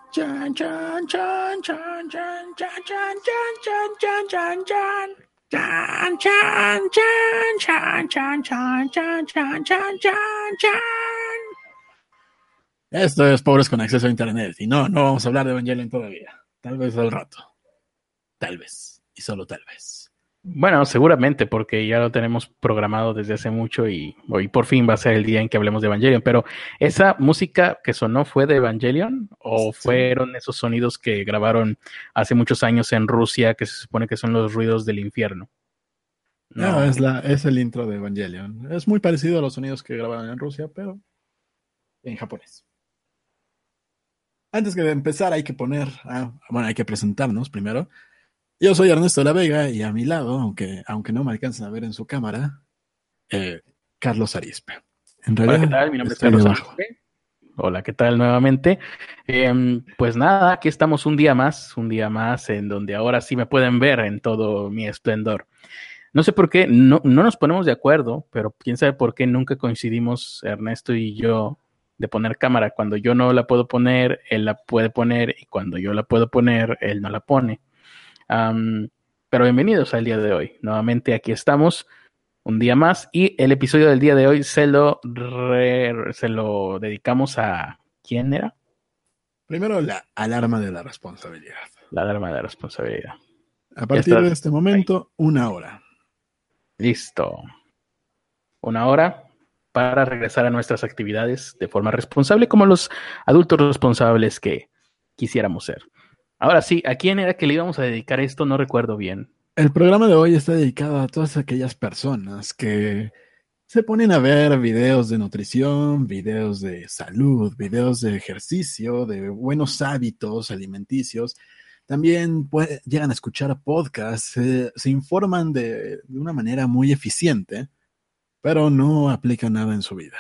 Chan, chan, chan, chan, chan, chan, chan, chan, chan, chan, chan. Chan, chan, chan, chan, chan, chan, chan, chan, chan, chan, chan. Esto es Pobres con Acceso a Internet. Y no vamos a hablar de Evangelion todavía. Tal vez al rato. Tal vez. Y solo tal vez. Bueno, seguramente, porque ya lo tenemos programado desde hace mucho y hoy por fin va a ser el día en que hablemos de Evangelion. Pero, ¿esa música que sonó fue de Evangelion o Sí. fueron esos sonidos que grabaron hace muchos años en Rusia, que se supone que son los ruidos del infierno? No, No. es el intro de Evangelion. Es muy parecido a los sonidos que grabaron en Rusia, pero en japonés. Antes que de empezar hay que hay que presentarnos primero. Yo soy Ernesto de la Vega y a mi lado, aunque no me alcancen a ver en su cámara, eh, Carlos Arispe. En Hola, ¿qué realidad tal? Mi nombre es estoy Carlos debajo. Arispe. Hola, ¿qué tal nuevamente? Pues nada, aquí estamos un día más en donde ahora sí me pueden ver en todo mi esplendor. No sé por qué, no nos ponemos de acuerdo, pero quién sabe por qué nunca coincidimos, Ernesto y yo, de poner cámara. Cuando yo no la puedo poner, él la puede poner, y cuando yo la puedo poner, él no la pone. Am, pero bienvenidos al día de hoy. Nuevamente aquí estamos, un día más, y el episodio del día de hoy se lo dedicamos a... ¿Quién era? Primero, la alarma de la responsabilidad. La alarma de la responsabilidad. A Ya partir de estás este ahí. momento, 1 hora. Listo. Una hora para regresar a nuestras actividades de forma responsable, como los adultos responsables que quisiéramos ser. Ahora sí, ¿a quién era que le íbamos a dedicar esto? No recuerdo bien. El programa de hoy está dedicado a todas aquellas personas que se ponen a ver videos de nutrición, videos de salud, videos de ejercicio, de buenos hábitos alimenticios. También llegan a escuchar podcasts, se informan de una manera muy eficiente, pero no aplican nada en su vida.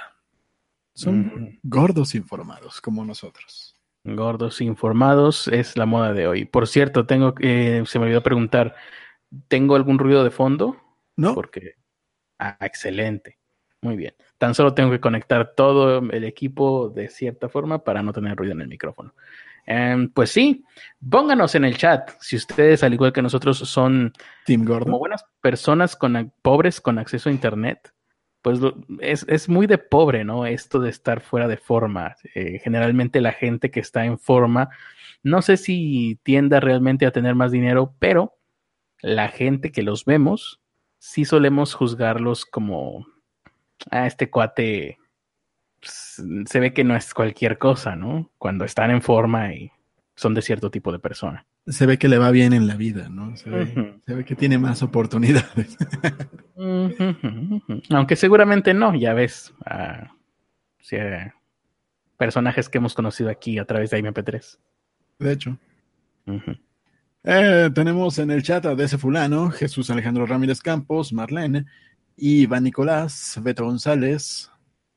Son Ujú. gordos informados como nosotros. Gordos informados es la moda de hoy. Por cierto, se me olvidó preguntar, ¿tengo algún ruido de fondo? No, Porque, excelente. Muy bien. Tan solo tengo que conectar todo el equipo de cierta forma para no tener ruido en el micrófono. Pues sí, pónganos en el chat si ustedes, al igual que nosotros, son Team como Gordo. buenas personas pobres con acceso a Internet. Pues es muy de pobre, ¿no? Esto de estar fuera de forma. Generalmente la gente que está en forma, no sé si tienda realmente a tener más dinero, pero la gente que los vemos, sí solemos juzgarlos como, este cuate pues, se ve que no es cualquier cosa, ¿no? Cuando están en forma y son de cierto tipo de persona. Se ve que le va bien en la vida, ¿no? Ujú. Se ve que tiene más oportunidades. Ujú, ujú. Aunque seguramente no, ya ves, sí, personajes que hemos conocido aquí a través de MP3. De hecho. Ujú. Tenemos en el chat a DC Fulano, Jesús Alejandro Ramírez Campos, Marlene, Iván Nicolás, Beto González,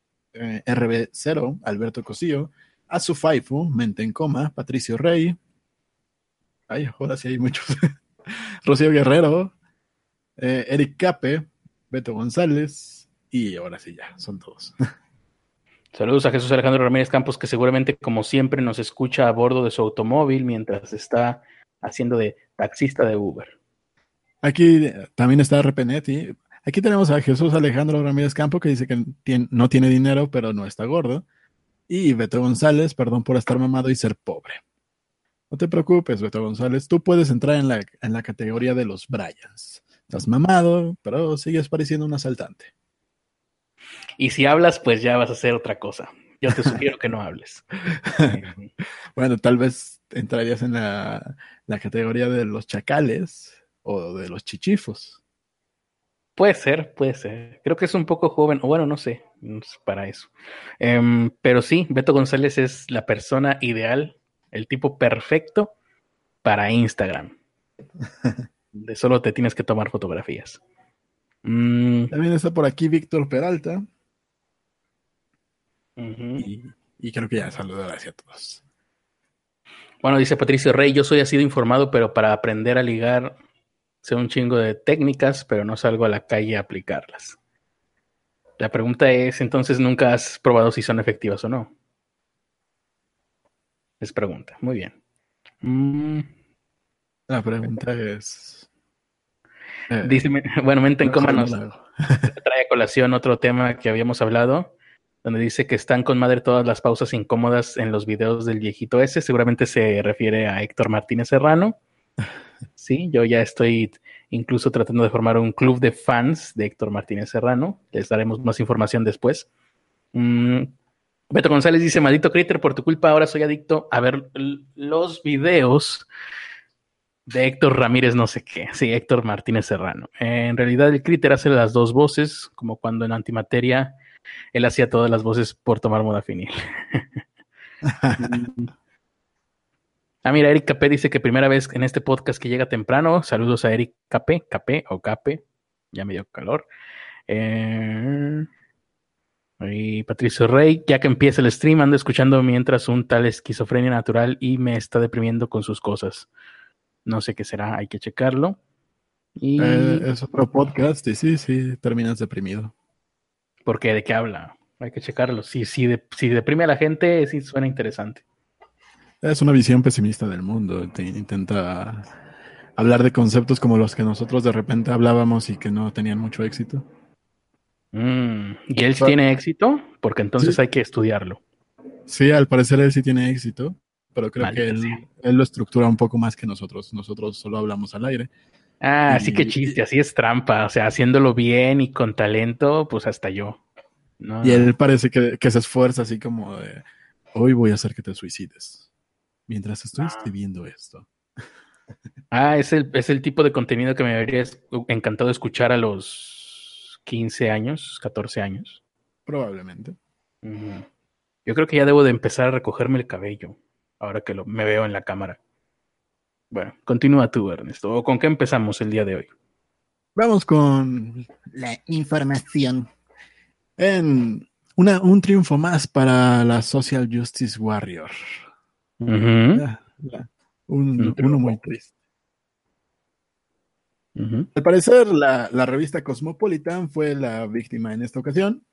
RB0, Alberto Cosío, Azu Faifu, Mente en Coma, Patricio Rey, ay, joder, sí hay muchos, Rocío Guerrero, Eric Cape, Beto González, y ahora sí ya, son todos. Saludos a Jesús Alejandro Ramírez Campos, que seguramente, como siempre, nos escucha a bordo de su automóvil mientras está haciendo de taxista de Uber. Aquí también está Repenetti. Aquí tenemos a Jesús Alejandro Ramírez Campos que dice que no tiene dinero, pero no está gordo. Y Beto González, perdón por estar mamado y ser pobre. No te preocupes, Beto González, tú puedes entrar en la categoría de los Bryans. Estás mamado, pero sigues pareciendo un asaltante. Y si hablas, pues ya vas a hacer otra cosa. Yo te sugiero que no hables. Eh, Bueno, tal vez entrarías en la categoría de los chacales o de los chichifos. Puede ser, puede ser. Creo que es un poco joven, o bueno, no sé, no sé para eso. Pero sí, Beto González es la persona ideal, el tipo perfecto para Instagram. De solo te tienes que tomar fotografías. Mm, También está por aquí Víctor Peralta ujú. y creo que ya saludar hacia todos. Bueno, dice Patricio Rey, yo soy así de informado, pero para aprender a ligar sé un chingo de técnicas, pero no salgo a la calle a aplicarlas. La pregunta es, entonces, ¿nunca has probado si son efectivas o no? Es pregunta. Muy bien. Mm, La pregunta es... dice, bueno, Mente en Coma mejor no nos la hago. trae a colación otro tema que habíamos hablado, donde dice que están con madre todas las pausas incómodas en los videos del viejito ese. Seguramente se refiere a Héctor Martínez Serrano. Sí, yo ya estoy incluso tratando de formar un club de fans de Héctor Martínez Serrano. Les daremos más información después. Mm, Beto González dice, maldito Critter, por tu culpa ahora soy adicto a ver los videos de Héctor Ramírez no sé qué. Sí, Héctor Martínez Serrano. En realidad el Critter hace las dos voces, como cuando en Antimateria él hacía todas las voces por tomar modafinil. Mira, Eric Capé dice que primera vez en este podcast que llega temprano. Saludos a Eric Capé, Capé o Cape. Ya me dio calor. Y Patricio Rey, ya que empieza el stream, ando escuchando mientras un tal esquizofrenia natural y me está deprimiendo con sus cosas. No sé qué será, hay que checarlo. Y Es otro podcast y sí, terminas deprimido. ¿por qué? ¿De qué habla? Hay que checarlo. Si deprime a la gente, sí suena interesante. Es una visión pesimista del mundo. Intenta hablar de conceptos como los que nosotros de repente hablábamos y que no tenían mucho éxito. ¿Y él sí Ah, tiene éxito? Porque entonces sí, hay que estudiarlo. sí, al parecer él sí tiene éxito, pero creo que Maldita sea. él lo estructura un poco más que nosotros. Nosotros solo hablamos al aire. Sí que Y, chiste, así es trampa. O sea, haciéndolo bien y con talento, pues hasta yo. No, y no. él parece que se esfuerza así como de, hoy voy a hacer que te suicides. Mientras estoy escribiendo esto. Es el tipo de contenido que me habría encantado escuchar a los 15 años, 14 años. Probablemente. Ujú. Yo creo que ya debo de empezar a recogerme el cabello, ahora que me veo en la cámara. Bueno, continúa tú, Ernesto. ¿O con qué empezamos el día de hoy? Vamos con la información. En un triunfo más para la Social Justice Warrior. Ujú. Ah, Un uno triunfo. muy triste. Ujú. Al parecer, la revista Cosmopolitan fue la víctima en esta ocasión,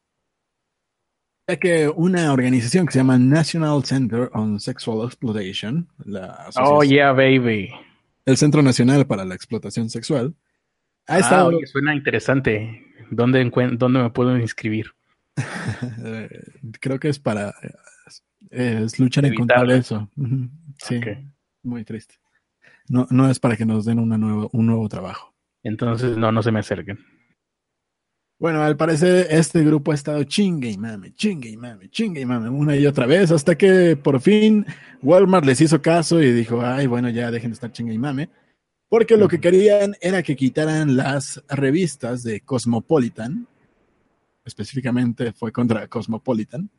ya que una organización que se llama National Center on Sexual Exploitation, Oh, yeah, baby. el Centro Nacional para la Explotación Sexual, ha Oye, estado, suena interesante. ¿Dónde me puedo inscribir? creo que es para, es luchar en contra de Evitarlo. eso. Ujú. Sí, Ok. muy triste. No, no es para que nos den un nuevo trabajo. Entonces, no se me acerquen. Bueno, al parecer este grupo ha estado chingue y mame, una y otra vez, hasta que por fin Walmart les hizo caso y dijo, ay, bueno, ya dejen de estar chingue y mame, porque lo que Ujú. querían era que quitaran las revistas de Cosmopolitan, específicamente fue contra Cosmopolitan,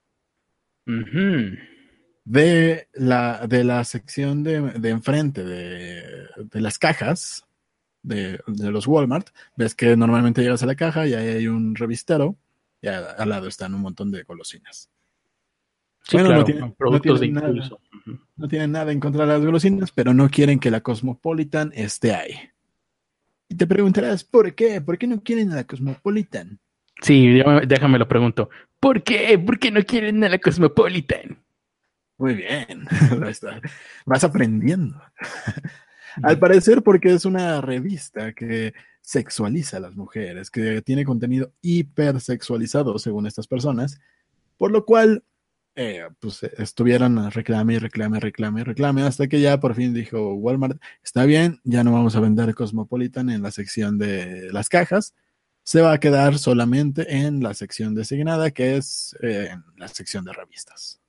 Ujú. de la sección de enfrente de las cajas de los Walmart. Ves que normalmente llegas a la caja y ahí hay un revistero y al lado están un montón de golosinas. Sí, Bueno, claro, no productos de tienen nada, impulso. Ujú. no tienen nada en contra de las golosinas, pero no quieren que la Cosmopolitan esté ahí. Y te preguntarás, ¿por qué? ¿Por qué no quieren a la Cosmopolitan? Sí, déjame lo pregunto. ¿Por qué? ¿Por qué no quieren a la Cosmopolitan? Muy bien, vas aprendiendo. Al Ujú. parecer porque es una revista que sexualiza a las mujeres, que tiene contenido hipersexualizado según estas personas, por lo cual pues estuvieron reclame y reclame, reclame, reclame, hasta que ya por fin dijo Walmart, está bien, ya no vamos a vender Cosmopolitan en la sección de las cajas, se va a quedar solamente en la sección designada, que es la sección de revistas.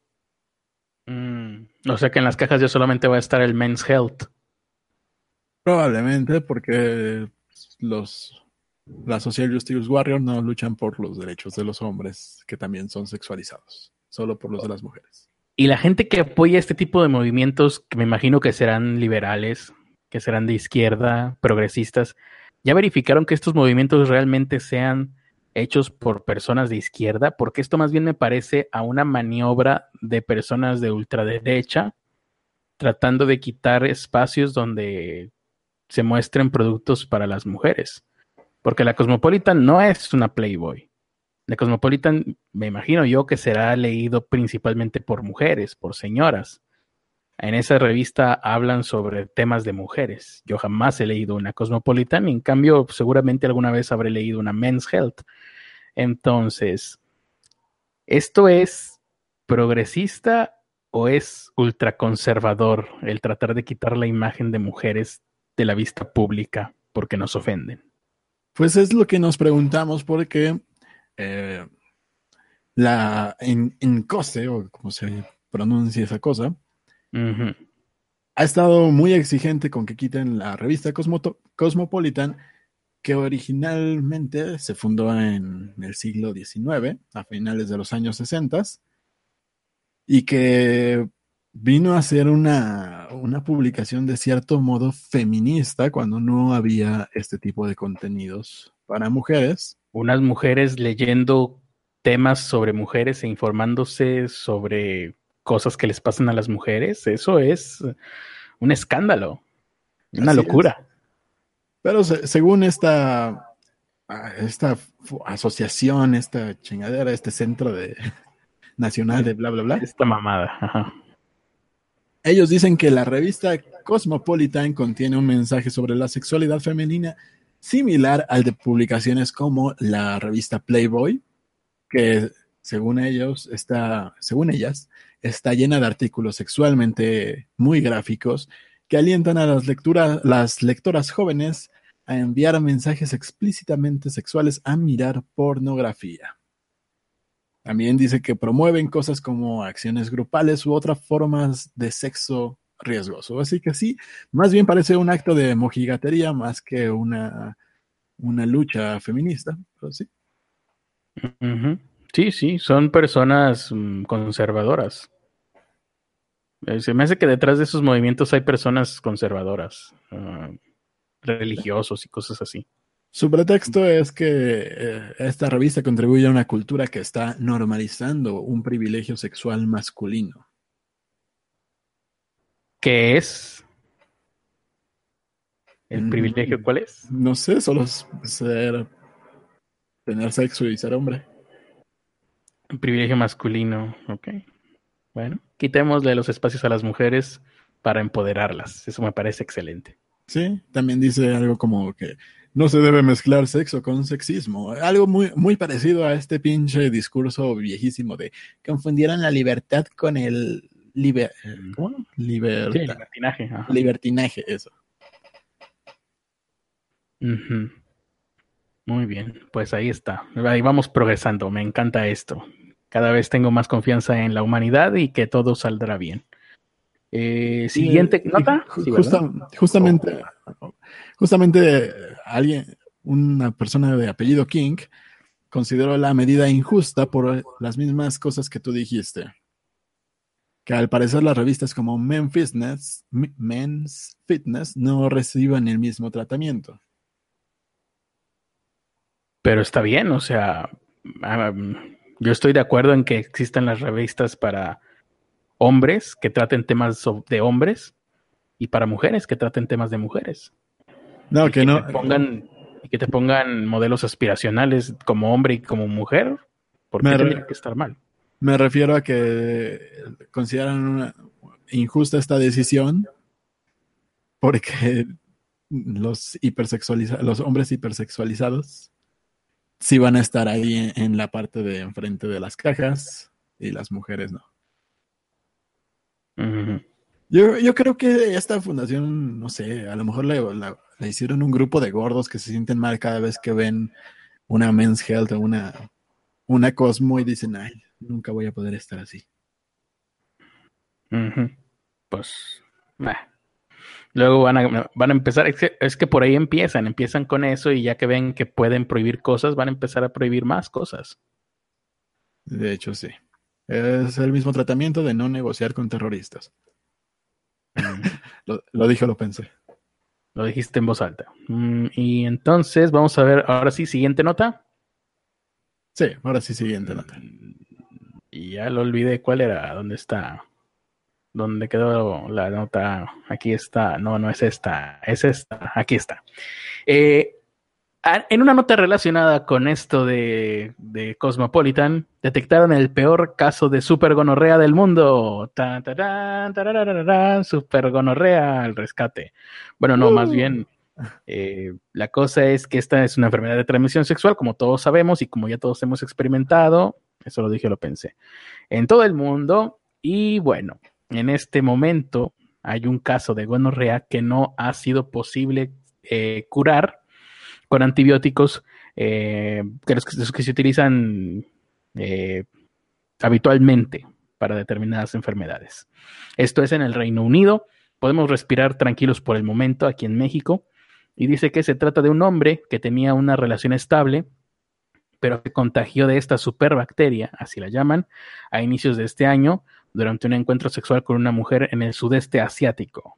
O sea que en las cajas ya solamente va a estar el Men's Health. Probablemente porque los, la Social Justice Warrior no luchan por los derechos de los hombres, que también son sexualizados, solo por los de las mujeres. Y la gente que apoya este tipo de movimientos, que me imagino que serán liberales, que serán de izquierda, progresistas, ¿ya verificaron que estos movimientos realmente sean hechos por personas de izquierda? Porque esto más bien me parece a una maniobra de personas de ultraderecha tratando de quitar espacios donde se muestren productos para las mujeres. Porque la Cosmopolitan no es una Playboy. The Cosmopolitan, me imagino yo que será leído principalmente por mujeres, por señoras. En esa revista hablan sobre temas de mujeres. Yo jamás he leído una Cosmopolitan, en cambio, seguramente alguna vez habré leído una Men's Health. Entonces, ¿esto es progresista o es ultraconservador el tratar de quitar la imagen de mujeres de la vista pública porque nos ofenden? Pues es lo que nos preguntamos porque eh, en COSE, o como se pronuncia esa cosa, Ujú. ha estado muy exigente con que quiten la revista Cosmopolitan, que originalmente se fundó en el siglo XIX, a finales de los años 60, y que vino a ser una publicación de cierto modo feminista cuando no había este tipo de contenidos para mujeres. Unas mujeres leyendo temas sobre mujeres e informándose sobre cosas que les pasan a las mujeres, eso es un escándalo, una Así es. locura. Pero según esta asociación, esta chingadera, este centro nacional de bla, bla, bla, Esta mamada. Ajá. ellos dicen que la revista Cosmopolitan contiene un mensaje sobre la sexualidad femenina similar al de publicaciones como la revista Playboy, que según ellas, está llena de artículos sexualmente muy gráficos que alientan a las lectoras jóvenes a enviar mensajes explícitamente sexuales, a mirar pornografía. También dice que promueven cosas como acciones grupales u otras formas de sexo riesgoso. Así que sí, más bien parece un acto de mojigatería más que una lucha feminista. Pero sí. Ujú. Sí, sí, son personas conservadoras. Se me hace que detrás de esos movimientos hay personas conservadoras, religiosos y cosas así. Su pretexto es que esta revista contribuye a una cultura que está normalizando un privilegio sexual masculino. ¿Qué es el privilegio? Mm, ¿Cuál es? no sé, solo tener sexo y ser hombre. Un privilegio masculino, ok. Bueno, quitémosle los espacios a las mujeres para empoderarlas. Eso me parece excelente. Sí, también dice algo como que no se debe mezclar sexo con sexismo. Algo muy, muy parecido a este pinche discurso viejísimo de confundieran la libertad con el ¿cómo? Sí, el libertinaje. Ajá. Libertinaje, eso. Ujú. Muy bien, pues ahí está. Ahí vamos progresando. Me encanta esto. Cada vez tengo más confianza en la humanidad y que todo saldrá bien. Siguiente Y nota. Sí, ¿verdad? Oh, justamente una persona de apellido King, consideró la medida injusta por las mismas cosas que tú dijiste. Que al parecer las revistas como Men's Fitness no reciban el mismo tratamiento. pero está bien, o sea, yo estoy de acuerdo en que existan las revistas para hombres que traten temas de hombres y para mujeres que traten temas de mujeres No, y que que no. te pongan modelos aspiracionales como hombre y como mujer. ¿Por Me, qué re- tendría que estar mal? Me refiero a que consideran injusta esta decisión porque los hombres hipersexualizados sí van a estar ahí en la parte de enfrente de las cajas y las mujeres no. Ujú. Yo creo que esta fundación, no sé, a lo mejor la hicieron un grupo de gordos que se sienten mal cada vez que ven una Men's Health o una Cosmo y dicen, ay, nunca voy a poder estar así. Ujú. Pues, bah. Luego van a empezar, es que por ahí empiezan con eso y ya que ven que pueden prohibir cosas, van a empezar a prohibir más cosas. De hecho, sí. Es el mismo tratamiento de no negociar con terroristas. Ujú. Lo dije, lo pensé. Lo dijiste en voz alta. Y entonces vamos a ver, ahora sí, siguiente nota. Sí, ahora sí, siguiente nota. Mm, Y ya lo olvidé cuál era, dónde está, dónde quedó la nota. Aquí está, no, no es esta, es esta, aquí está. Eh, En una nota relacionada con esto de Cosmopolitan, detectaron el peor caso de supergonorrea del mundo. Tan, tarán, tararararán, supergonorrea al rescate. Bueno, no, más bien, la cosa es que esta es una enfermedad de transmisión sexual, como todos sabemos y como ya todos hemos experimentado. Eso lo dije, lo pensé. En todo el mundo. Y bueno, en este momento hay un caso de gonorrea que no ha sido posible curar con antibióticos los que se utilizan eh, habitualmente para determinadas enfermedades. Esto es en el Reino Unido. Podemos respirar tranquilos por el momento aquí en México. Y dice que se trata de un hombre que tenía una relación estable, pero que contagió de esta superbacteria, así la llaman, a inicios de este año durante un encuentro sexual con una mujer en el sudeste asiático.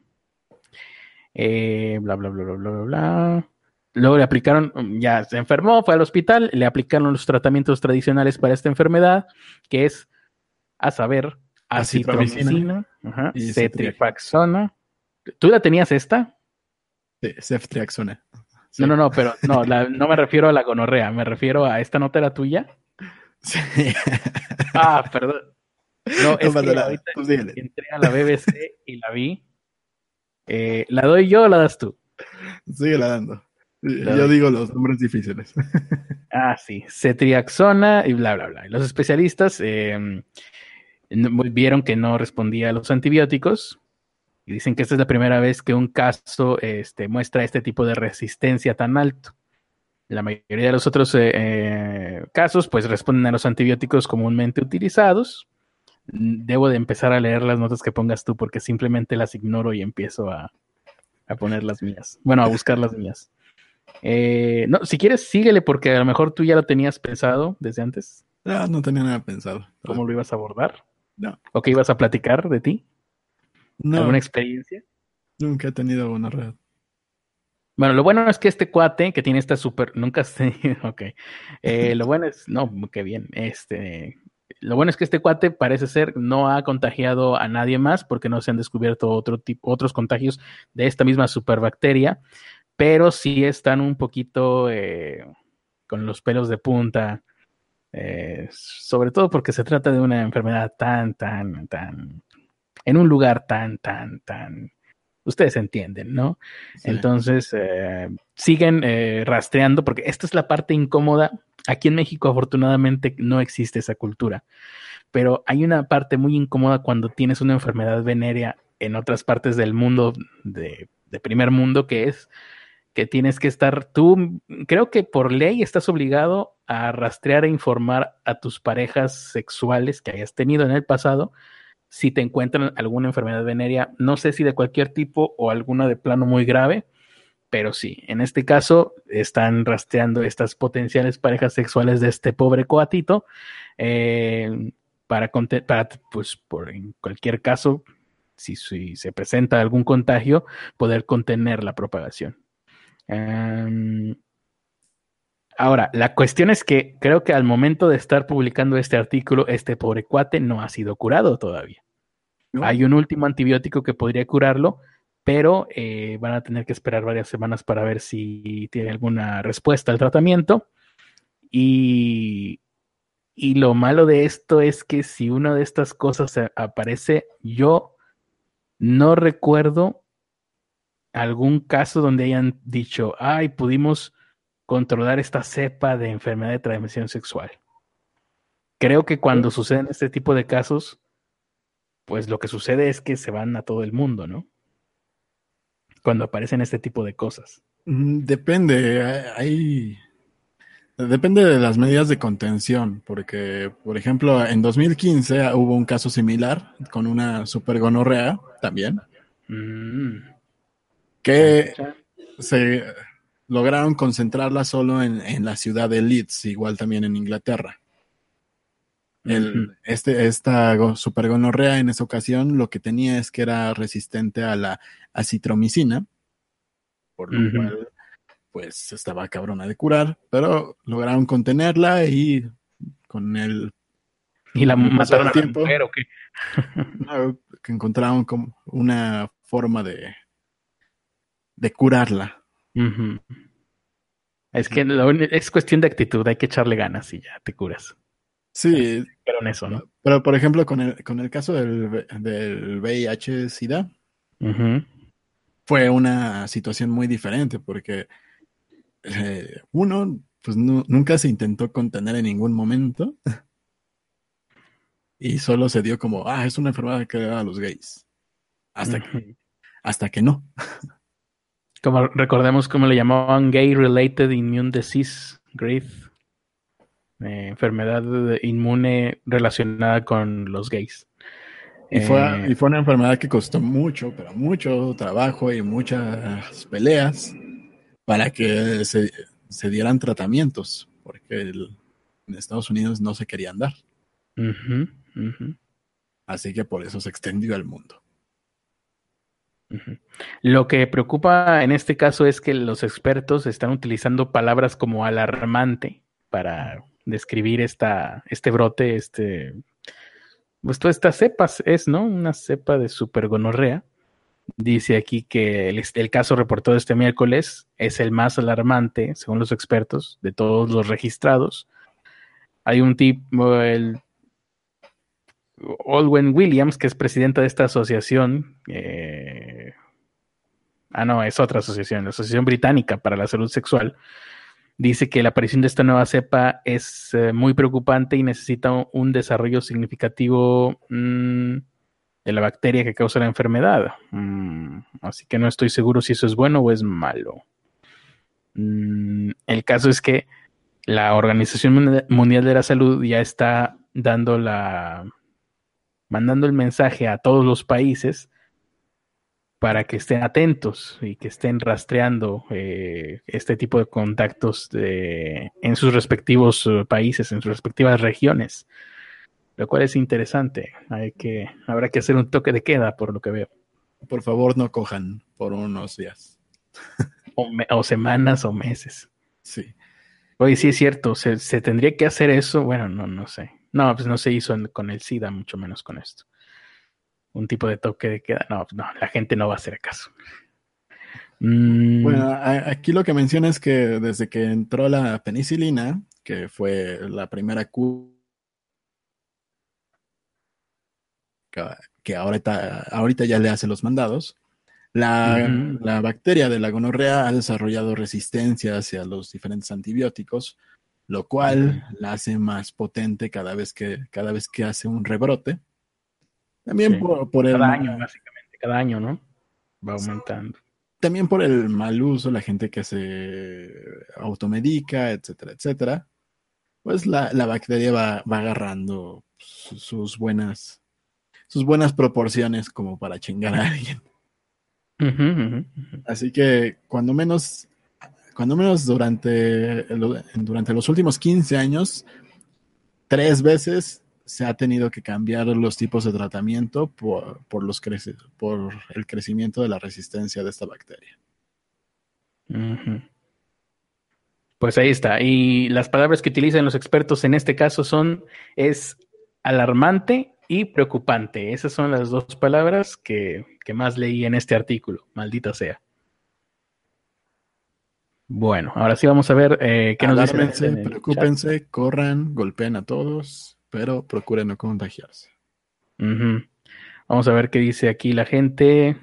Bla, bla, bla, bla, bla, bla, bla. Luego le aplicaron, ya se enfermó, fue al hospital, le aplicaron los tratamientos tradicionales para esta enfermedad, que es, a saber, Acitromicina acitromicina, y Cetriax. cetrifaxona. ¿Tú la tenías esta? Sí, ceftriaxona. No, Sí. no, no, pero no, no me refiero a la gonorrea, me refiero a esta nota era tuya. Sí. Ah, perdón. No, No es pasa que nada. ahorita Tú síguele. entré a la BBC y la vi. ¿La doy yo o la das tú? Síguela dando. La Yo doy yo. digo los nombres difíciles. Ah, sí, cetriaxona y bla, bla, bla. Y los especialistas vieron que no respondía a los antibióticos y dicen que esta es la primera vez que un caso muestra este tipo de resistencia tan alto. La mayoría de los otros casos pues responden a los antibióticos comúnmente utilizados. Debo de empezar a leer las notas que pongas tú porque simplemente las ignoro y empiezo a poner las mías. Bueno, a buscar las mías. No, si quieres, síguele porque a lo mejor tú ya lo tenías pensado desde antes, No, no tenía nada pensado. cómo lo ibas a abordar No, o qué ibas a platicar de ti, alguna no, experiencia. nunca he tenido una red. Bueno, lo bueno es que este cuate que tiene esta super, nunca sé, ok. Lo bueno es, no, qué bien, lo bueno es que este cuate parece ser no ha contagiado a nadie más porque no se han descubierto otros contagios de esta misma superbacteria, pero sí están un poquito con los pelos de punta, sobre todo porque se trata de una enfermedad tan, en un lugar tan, ustedes entienden, ¿no? Sí. Entonces, siguen rastreando, porque esta es la parte incómoda. Aquí en México, afortunadamente, no existe esa cultura, pero hay una parte muy incómoda cuando tienes una enfermedad venérea en otras partes del mundo, de primer mundo, que es que tienes que estar, tú creo que por ley estás obligado a rastrear e informar a tus parejas sexuales que hayas tenido en el pasado si te encuentran alguna enfermedad venérea, no sé si de cualquier tipo o alguna de plano muy grave, pero sí, en este caso están rastreando estas potenciales parejas sexuales de este pobre coatito para, pues, en cualquier caso, si se presenta algún contagio, poder contener la propagación. Um, Ahora, la cuestión es que creo que al momento de estar publicando este artículo, este pobre cuate no ha sido curado todavía. ¿No? Hay un último antibiótico que podría curarlo, pero van a tener que esperar varias semanas para ver si tiene alguna respuesta al tratamiento. Y, y lo malo de esto es que si una de estas cosas aparece, yo no recuerdo algún caso donde hayan dicho, ay, pudimos controlar esta cepa de enfermedad de transmisión sexual. Creo que cuando suceden este tipo de casos, pues lo que sucede es que se van a todo el mundo, ¿no? Cuando aparecen este tipo de cosas. Depende, depende de las medidas de contención, porque, por ejemplo, en 2015 hubo un caso similar con una supergonorrea también, Mm, chan, chan, que chan. se lograron concentrarla solo en la ciudad de Leeds, igual también en Inglaterra. Ujú, Esta supergonorrea en esa ocasión lo que tenía es que era resistente a la acitromicina, por lo ujú. cual pues estaba cabrona de curar, pero lograron contenerla y con ¿Y la con el paso mataron del a la tiempo mujer o qué? que encontraron como una forma de curarla. Ujú. Es que es cuestión de actitud, hay que echarle ganas y ya te curas. Sí, Pero en eso, ¿no? pero por ejemplo, con el caso del VIH-Sida, Ujú. fue una situación muy diferente porque uno, pues nunca se intentó contener en ningún momento y solo se dio como, es una enfermedad que le da a los gays. Hasta que, Ujú. hasta que no. Como recordemos cómo le llamaban Gay Related Immune Disease, GRID, enfermedad inmune relacionada con los gays. Y fue una enfermedad que costó mucho, pero mucho trabajo y muchas peleas para que se dieran tratamientos, porque en Estados Unidos no se querían dar. Ujú, ujú, Así que por eso se extendió al mundo. ujú. Lo que preocupa en este caso es que los expertos están utilizando palabras como alarmante para describir este brote, pues todas estas cepas es, ¿no? Una cepa de supergonorrea. Dice aquí que el caso reportado este miércoles es el más alarmante, según los expertos, de todos los registrados. Hay un tipo, el Olwen Williams, que es presidenta de esta asociación. No, es otra asociación, la Asociación Británica para la Salud Sexual. Dice que la aparición de esta nueva cepa es muy preocupante y necesita un desarrollo significativo de la bacteria que causa la enfermedad. Así que no estoy seguro si eso es bueno o es malo. El caso es que la Organización Mundial de la Salud ya está mandando el mensaje a todos los países para que estén atentos y que estén rastreando este tipo de contactos en sus respectivos países, en sus respectivas regiones, lo cual es interesante. Habrá que hacer un toque de queda, por lo que veo. Por favor, no cojan por unos días. O semanas o meses. Sí. Oye, sí es cierto, se tendría que hacer eso. Bueno, no sé. No, pues no se hizo con el SIDA, mucho menos con esto. Un tipo de toque de queda. No, la gente no va a hacer caso. Bueno, aquí lo que menciona es que desde que entró la penicilina, que fue la primera cura que ahorita ya le hace los mandados, Ujú, la bacteria de la gonorrea ha desarrollado resistencia hacia los diferentes antibióticos, lo ujú. cual la hace más potente cada vez que hace un rebrote. También Sí. por el Cada año, básicamente. Cada año, ¿no? Va aumentando. también por el mal uso, la gente que se automedica, etcétera, etcétera, pues la bacteria va agarrando sus buenas proporciones como para chingar a alguien. Ujú, ujú, ujú. Así que cuando menos durante los últimos 15 años, 3 veces se ha tenido que cambiar los tipos de tratamiento por el crecimiento de la resistencia de esta bacteria. Ujú. Pues ahí está. Y las palabras que utilizan los expertos en este caso es alarmante y preocupante. Esas son las dos palabras que más leí en este artículo. Maldita sea. Bueno, ahora sí vamos a ver qué nos dice la gente Alármense, en el chat. preocúpense, corran, golpeen a todos, pero procuren no contagiarse. Ujú. Vamos a ver qué dice aquí la gente.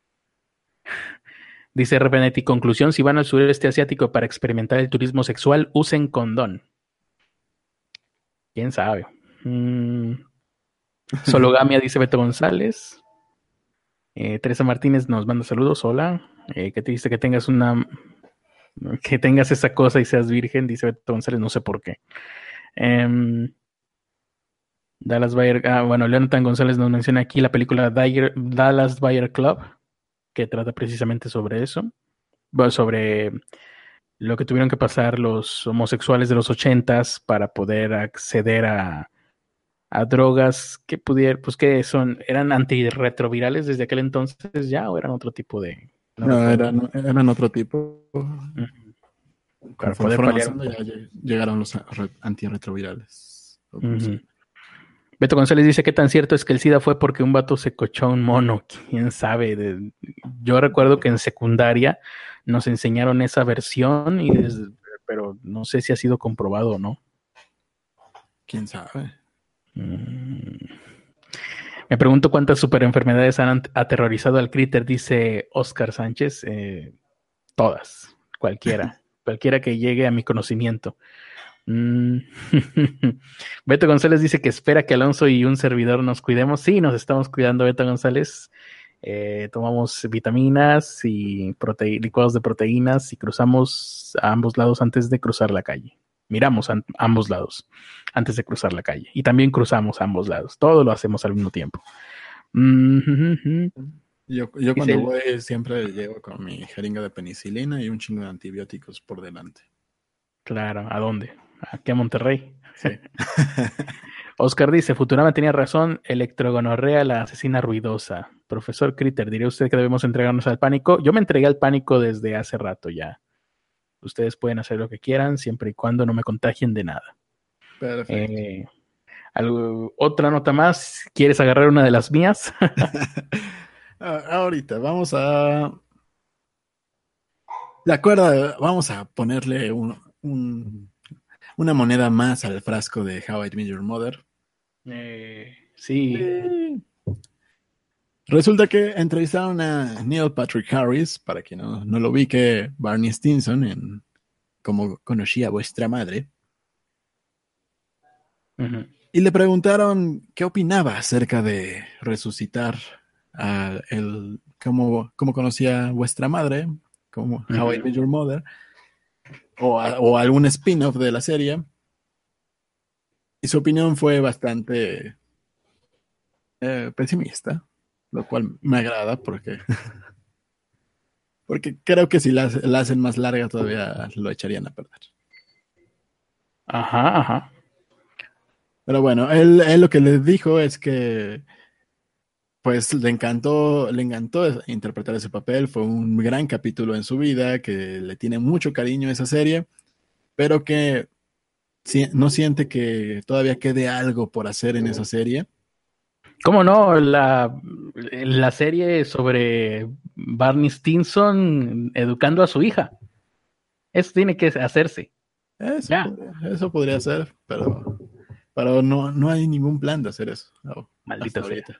Dice Repenetti, conclusión, si van al sureste asiático para experimentar el turismo sexual, usen condón. ¿Quién sabe? Sologamia, dice Beto González. Teresa Martínez nos manda saludos. Hola. ¿Qué te dice que tengas esa cosa y seas virgen? Dice Beto González, no sé por qué. Em, bueno, Leonatan González nos menciona aquí la película Dallas Buyer Club, que trata precisamente sobre eso. Bueno, sobre lo que tuvieron que pasar los homosexuales de los ochentas para poder acceder a drogas que pues eran antirretrovirales desde aquel entonces ya, o eran otro tipo no No, recuerdo. eran otro tipo. Ujú. Para Conforme poder fueron paliar un avanzando, ya poco. llegaron los antirretrovirales. Ujú. Beto González dice, ¿qué tan cierto es que el SIDA fue porque un vato se cochó a un mono? ¿Quién sabe? Yo recuerdo que en secundaria nos enseñaron esa versión y pero no sé si ha sido comprobado o no. ¿Quién sabe? Me pregunto cuántas superenfermedades han aterrorizado al Critter, dice Oscar Sánchez. Todas, cualquiera que llegue a mi conocimiento. Beto González dice que espera que Alonso y un servidor nos cuidemos. Sí, nos estamos cuidando, Beto González. Tomamos vitaminas y licuados de proteínas y cruzamos a ambos lados antes de cruzar la calle. Miramos a ambos lados antes de cruzar la calle. Y también cruzamos a ambos lados. Todo lo hacemos al mismo tiempo. Yo cuando voy siempre llevo con mi jeringa de penicilina y un chingo de antibióticos por delante. Claro, ¿a dónde? Aquí a Monterrey. Sí. Oscar dice, Futurama tenía razón, electrogonorrea, la asesina ruidosa. Profesor Critter, ¿diría usted que debemos entregarnos al pánico? Yo me entregué al pánico desde hace rato ya. Ustedes pueden hacer lo que quieran, siempre y cuando no me contagien de nada. Perfecto. Otra nota más, ¿quieres agarrar una de las mías? Ahorita vamos a... De acuerdo, vamos a ponerle una moneda más al frasco de How I Met Your Mother. Sí. Resulta que entrevistaron a Neil Patrick Harris, para quien no lo ubique, Barney Stinson, en Cómo conocí a vuestra madre. Uh-huh. Y le preguntaron qué opinaba acerca de resucitar a cómo conocía a vuestra madre, como How I Met Your Mother, o algún spin-off de la serie. Y su opinión fue bastante pesimista, lo cual me agrada porque creo que si la hacen más larga todavía lo echarían a perder. Ajá, ajá. Pero bueno, él lo que les dijo es que pues le encantó interpretar ese papel, fue un gran capítulo en su vida, que le tiene mucho cariño a esa serie, pero que no siente que todavía quede algo por hacer en esa serie. ¿Cómo no? La serie sobre Barney Stinson educando a su hija. Eso tiene que hacerse. Eso podría ser, pero no hay ningún plan de hacer eso. Maldita sea.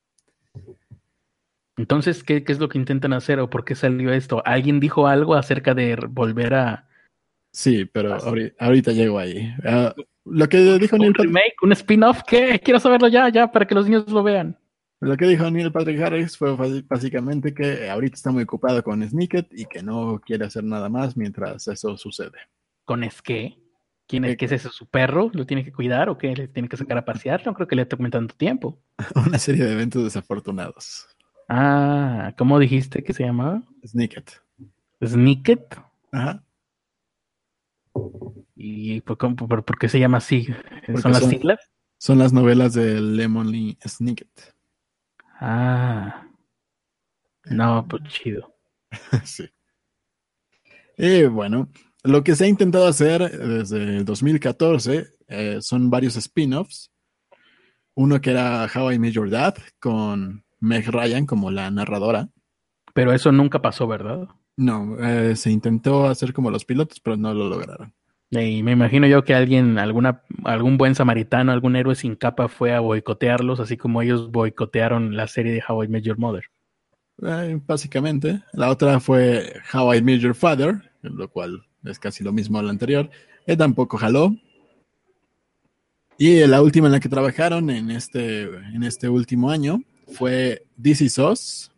Entonces, ¿qué es lo que intentan hacer o por qué salió esto? ¿Alguien dijo algo acerca de volver a...? Sí, pero ahorita llego ahí. Lo que dijo Neil Patrick... remake, un spin-off, ¿qué? Quiero saberlo ya, para que los niños lo vean. Lo que dijo Neil Patrick Harris fue básicamente que ahorita está muy ocupado con Snicket y que no quiere hacer nada más mientras eso sucede. ¿Con qué? ¿Qué es eso? ¿Su perro? ¿Lo tiene que cuidar o qué? ¿Le tiene que sacar a pasear? No creo que le tome tanto tiempo. Una serie de eventos desafortunados. Ah, ¿cómo dijiste que se llamaba? Snicket. ¿Snicket? Ajá. ¿Y por qué se llama así? ¿Son las siglas? Son las novelas de Lemon Lee Snicket. Ah. No, pues chido. Sí. Y bueno, lo que se ha intentado hacer desde el 2014 son varios spin-offs. Uno que era How I Met Your Dad, con Meg Ryan como la narradora. Pero eso nunca pasó, ¿verdad? No, se intentó hacer como los pilotos, pero no lo lograron. Y me imagino yo que algún buen samaritano, algún héroe sin capa fue a boicotearlos, así como ellos boicotearon la serie de How I Met Your Mother. Básicamente. La otra fue How I Met Your Father, lo cual es casi lo mismo a la anterior. Tampoco jaló. Y la última en la que trabajaron en este último año fue This Is Us.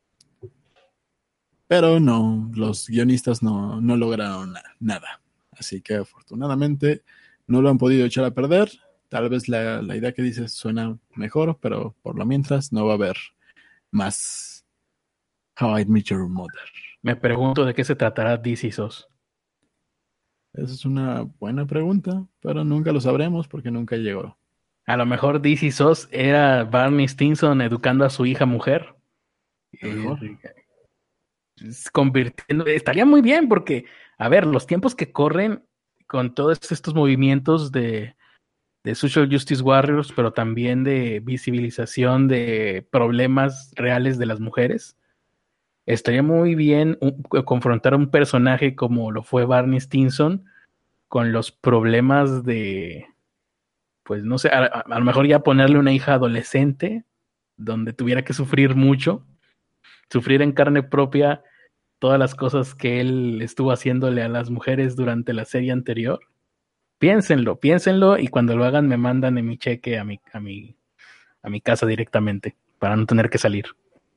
Pero no, los guionistas no lograron nada. Así que afortunadamente no lo han podido echar a perder. Tal vez la idea que dices suena mejor, pero por lo mientras no va a haber más How I Met Your Mother. Me pregunto de qué se tratará This Is Us. Esa es una buena pregunta, pero nunca lo sabremos porque nunca llegó. A lo mejor This Is Us era Barney Stinson educando a su hija mujer. Estaría muy bien porque, a ver, los tiempos que corren con todos estos movimientos de Social Justice Warriors, pero también de visibilización de problemas reales de las mujeres, estaría muy bien confrontar a un personaje como lo fue Barney Stinson con los problemas de, pues no sé, a lo mejor ya ponerle una hija adolescente donde tuviera que sufrir mucho, sufrir en carne propia todas las cosas que él estuvo haciéndole a las mujeres durante la serie anterior. Piénsenlo y cuando lo hagan me mandan en mi cheque a mi casa directamente para no tener que salir.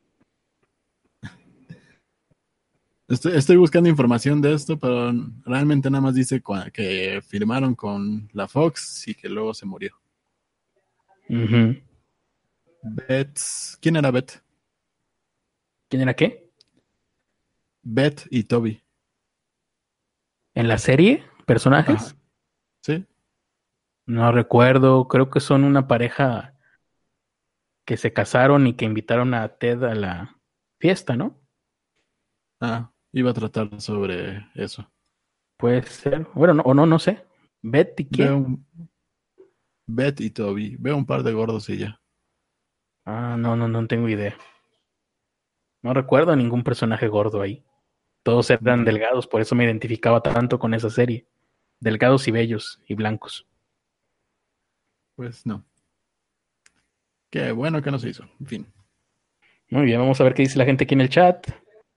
Estoy buscando información de esto, pero realmente nada más dice que firmaron con la Fox y que luego se murió. Uh-huh. Beth, ¿quién era Beth? ¿Quién era qué? Beth y Toby. ¿En la serie? ¿Personajes? Ajá. ¿Sí? No recuerdo, creo que son una pareja que se casaron y que invitaron a Ted a la fiesta, ¿no? Iba a tratar sobre eso. Puede ser. Bueno, no, o no, no sé. ¿Betty qué? Veo Beth y Toby. Veo un par de gordos y ya. No tengo idea. No recuerdo a ningún personaje gordo ahí. Todos eran Mm, delgados, por eso me identificaba tanto con esa serie. Delgados y bellos y blancos. Pues no. Qué bueno que no se hizo. En fin. Muy bien, vamos a ver qué dice la gente aquí en el chat.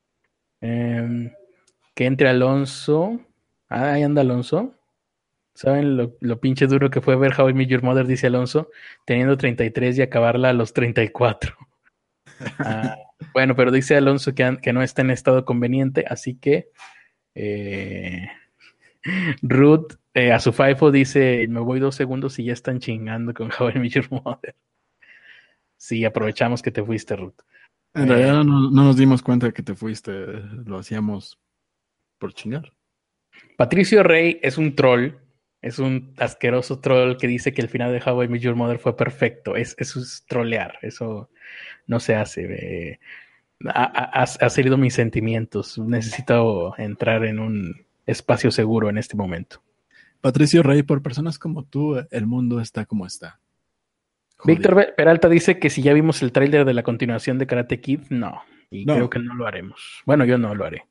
Que entre Alonso. Ahí anda Alonso. ¿Saben lo pinche duro que fue ver How I Met Your Mother, dice Alonso, teniendo 33 y acabarla a los 34? Ah, bueno, pero dice Alonso que no está en estado conveniente, así que eh, Ruth a su FIFO dice, me voy 2 segundos y ya están chingando con How I Met Your Mother. Sí, aprovechamos que te fuiste, Ruth. En realidad no nos dimos cuenta de que te fuiste. Lo hacíamos por chingar. Patricio Rey es un troll, es un asqueroso troll que dice que el final de How I Met Your Mother fue perfecto. Eso es trolear, eso no se hace. Has herido mis sentimientos. Necesito entrar en un espacio seguro en este momento. Patricio Rey, por personas como tú, el mundo está como está. Jodido. Víctor Peralta dice que si ya vimos el tráiler de la continuación de Karate Kid, no. Y creo No, que no lo haremos. Bueno, yo no lo haré.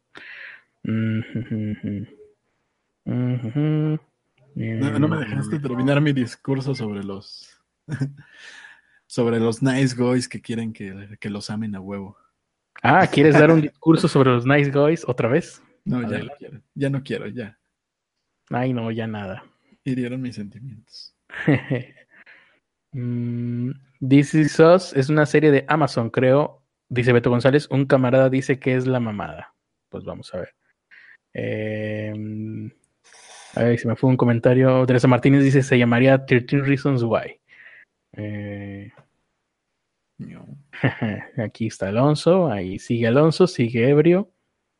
no me dejaste terminar mi discurso sobre sobre los nice guys que quieren que los amen a huevo. ¿Quieres dar un discurso sobre los Nice Guys otra vez? No, ya no Adelante. quiero. Ya no quiero, ya. Ay, no, ya nada. Hirieron mis sentimientos. This Is Us es una serie de Amazon, creo. Dice Beto González. Un camarada dice que es la mamada. Pues vamos a ver. A ver, si me fue un comentario. Teresa Martínez dice: se llamaría 13 Reasons Why. No. Aquí está Alonso. Ahí sigue Alonso. Sigue ebrio.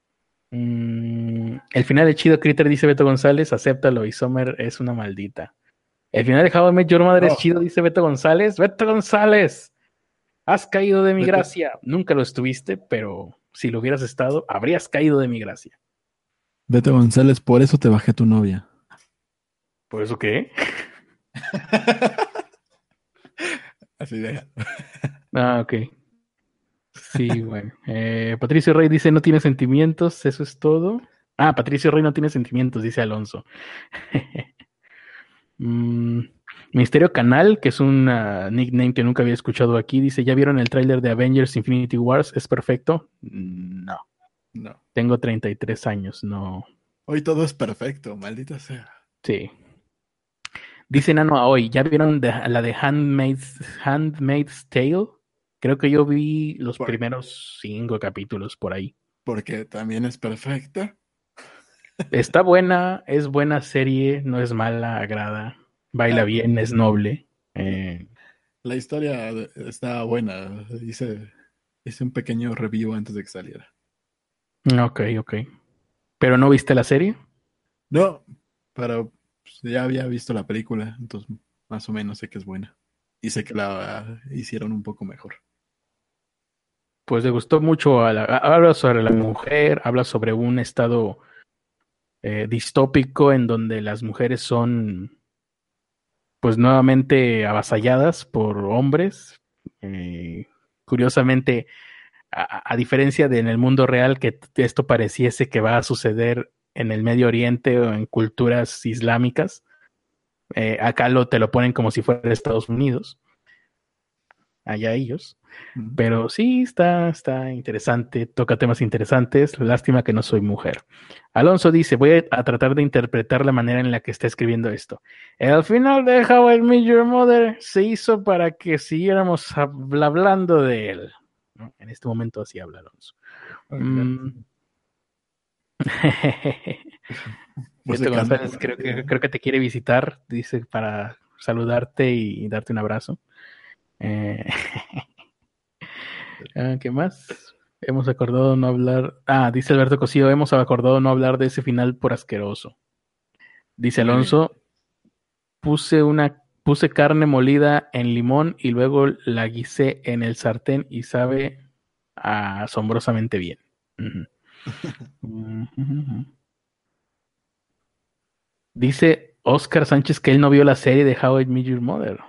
El final de Chido Critter, dice Beto González. Acéptalo. Y Sommer es una maldita. El final de How I Met Your Mother es chido, dice Beto González. Beto González, has caído de mi gracia. Nunca lo estuviste, pero si lo hubieras estado, habrías caído de mi gracia. Beto González, por eso te bajé tu novia. ¿Por eso qué? Así deja. Ok. Sí, bueno. Patricio Rey dice: no tiene sentimientos, eso es todo. Patricio Rey no tiene sentimientos, dice Alonso. Misterio Canal, que es un nickname que nunca había escuchado aquí, dice: ¿ya vieron el tráiler de Avengers Infinity Wars? ¿Es perfecto? No. No. Tengo 33 años, no. Hoy todo es perfecto, maldita sea. Sí. Dice Nano Aoi, ¿ya vieron la de Handmaid's Tale? Creo que yo vi los primeros 5 capítulos por ahí. Porque también es perfecta. Está buena, es buena serie, no es mala, agrada, baila bien, es noble. La historia está buena. Hice un pequeño review antes de que saliera. Ok. ¿Pero no viste la serie? No, pero pues, ya había visto la película, entonces más o menos sé que es buena. Y sé que la hicieron un poco mejor. Pues le gustó mucho. Habla sobre la mujer, habla sobre un estado distópico en donde las mujeres son pues nuevamente avasalladas por hombres. Curiosamente, a diferencia de en el mundo real, que esto pareciese que va a suceder en el Medio Oriente o en culturas islámicas. Acá te lo ponen como si fuera de Estados Unidos. Allá ellos. Pero sí, está interesante, toca temas interesantes. Lástima que no soy mujer. Alonso dice, voy a tratar de interpretar la manera en la que está escribiendo esto. El final de How I Met Your Mother se hizo para que siguiéramos hablando de él. ¿No? En este momento así habla Alonso. Pues Beto González creo que te quiere visitar, dice, para saludarte y darte un abrazo. ¿Qué más? Hemos acordado no hablar. Dice Alberto Cosío, hemos acordado no hablar de ese final por asqueroso. Dice Alonso, puse carne molida en limón y luego la guisé en el sartén y sabe asombrosamente bien. Dice Oscar Sánchez que él no vio la serie de How I Met Your Mother.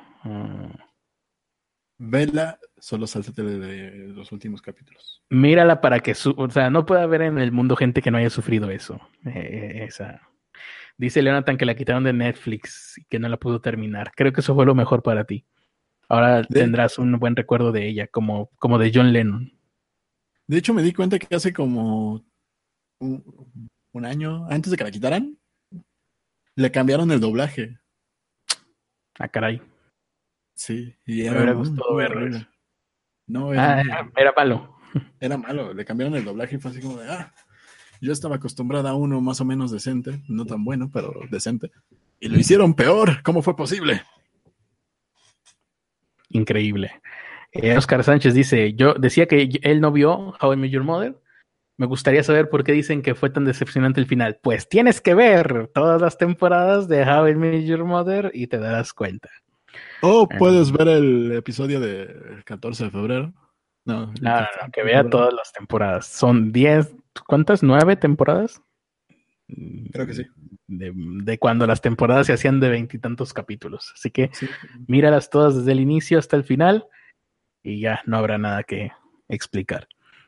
Vela, solo sáltate de los últimos capítulos. Mírala para que no puede haber en el mundo gente que no haya sufrido eso. Dice Jonathan que la quitaron de Netflix y que no la pudo terminar. Creo que eso fue lo mejor para ti. Ahora tendrás un buen recuerdo de ella, como de John Lennon. De hecho, me di cuenta que hace como un año antes de que la quitaran, le cambiaron el doblaje. Caray. Sí, y me hubiera gustado verlo. No, era malo. Era malo, le cambiaron el doblaje y fue así como de, yo estaba acostumbrada a uno más o menos decente, no tan bueno, pero decente. Y lo hicieron peor, ¿cómo fue posible? Increíble. Oscar Sánchez dice, yo decía que él no vio How I Met Your Mother. Me gustaría saber por qué dicen que fue tan decepcionante el final. Pues tienes que ver todas las temporadas de How I Met Your Mother y te darás cuenta. O puedes ver el episodio del 14 de febrero. No, que vea todas las temporadas. Son 10, ¿cuántas? ¿9 temporadas? Creo que sí. De cuando las temporadas se hacían de 20 y tantos capítulos. Así que míralas todas desde el inicio hasta el final y ya no habrá nada que explicar.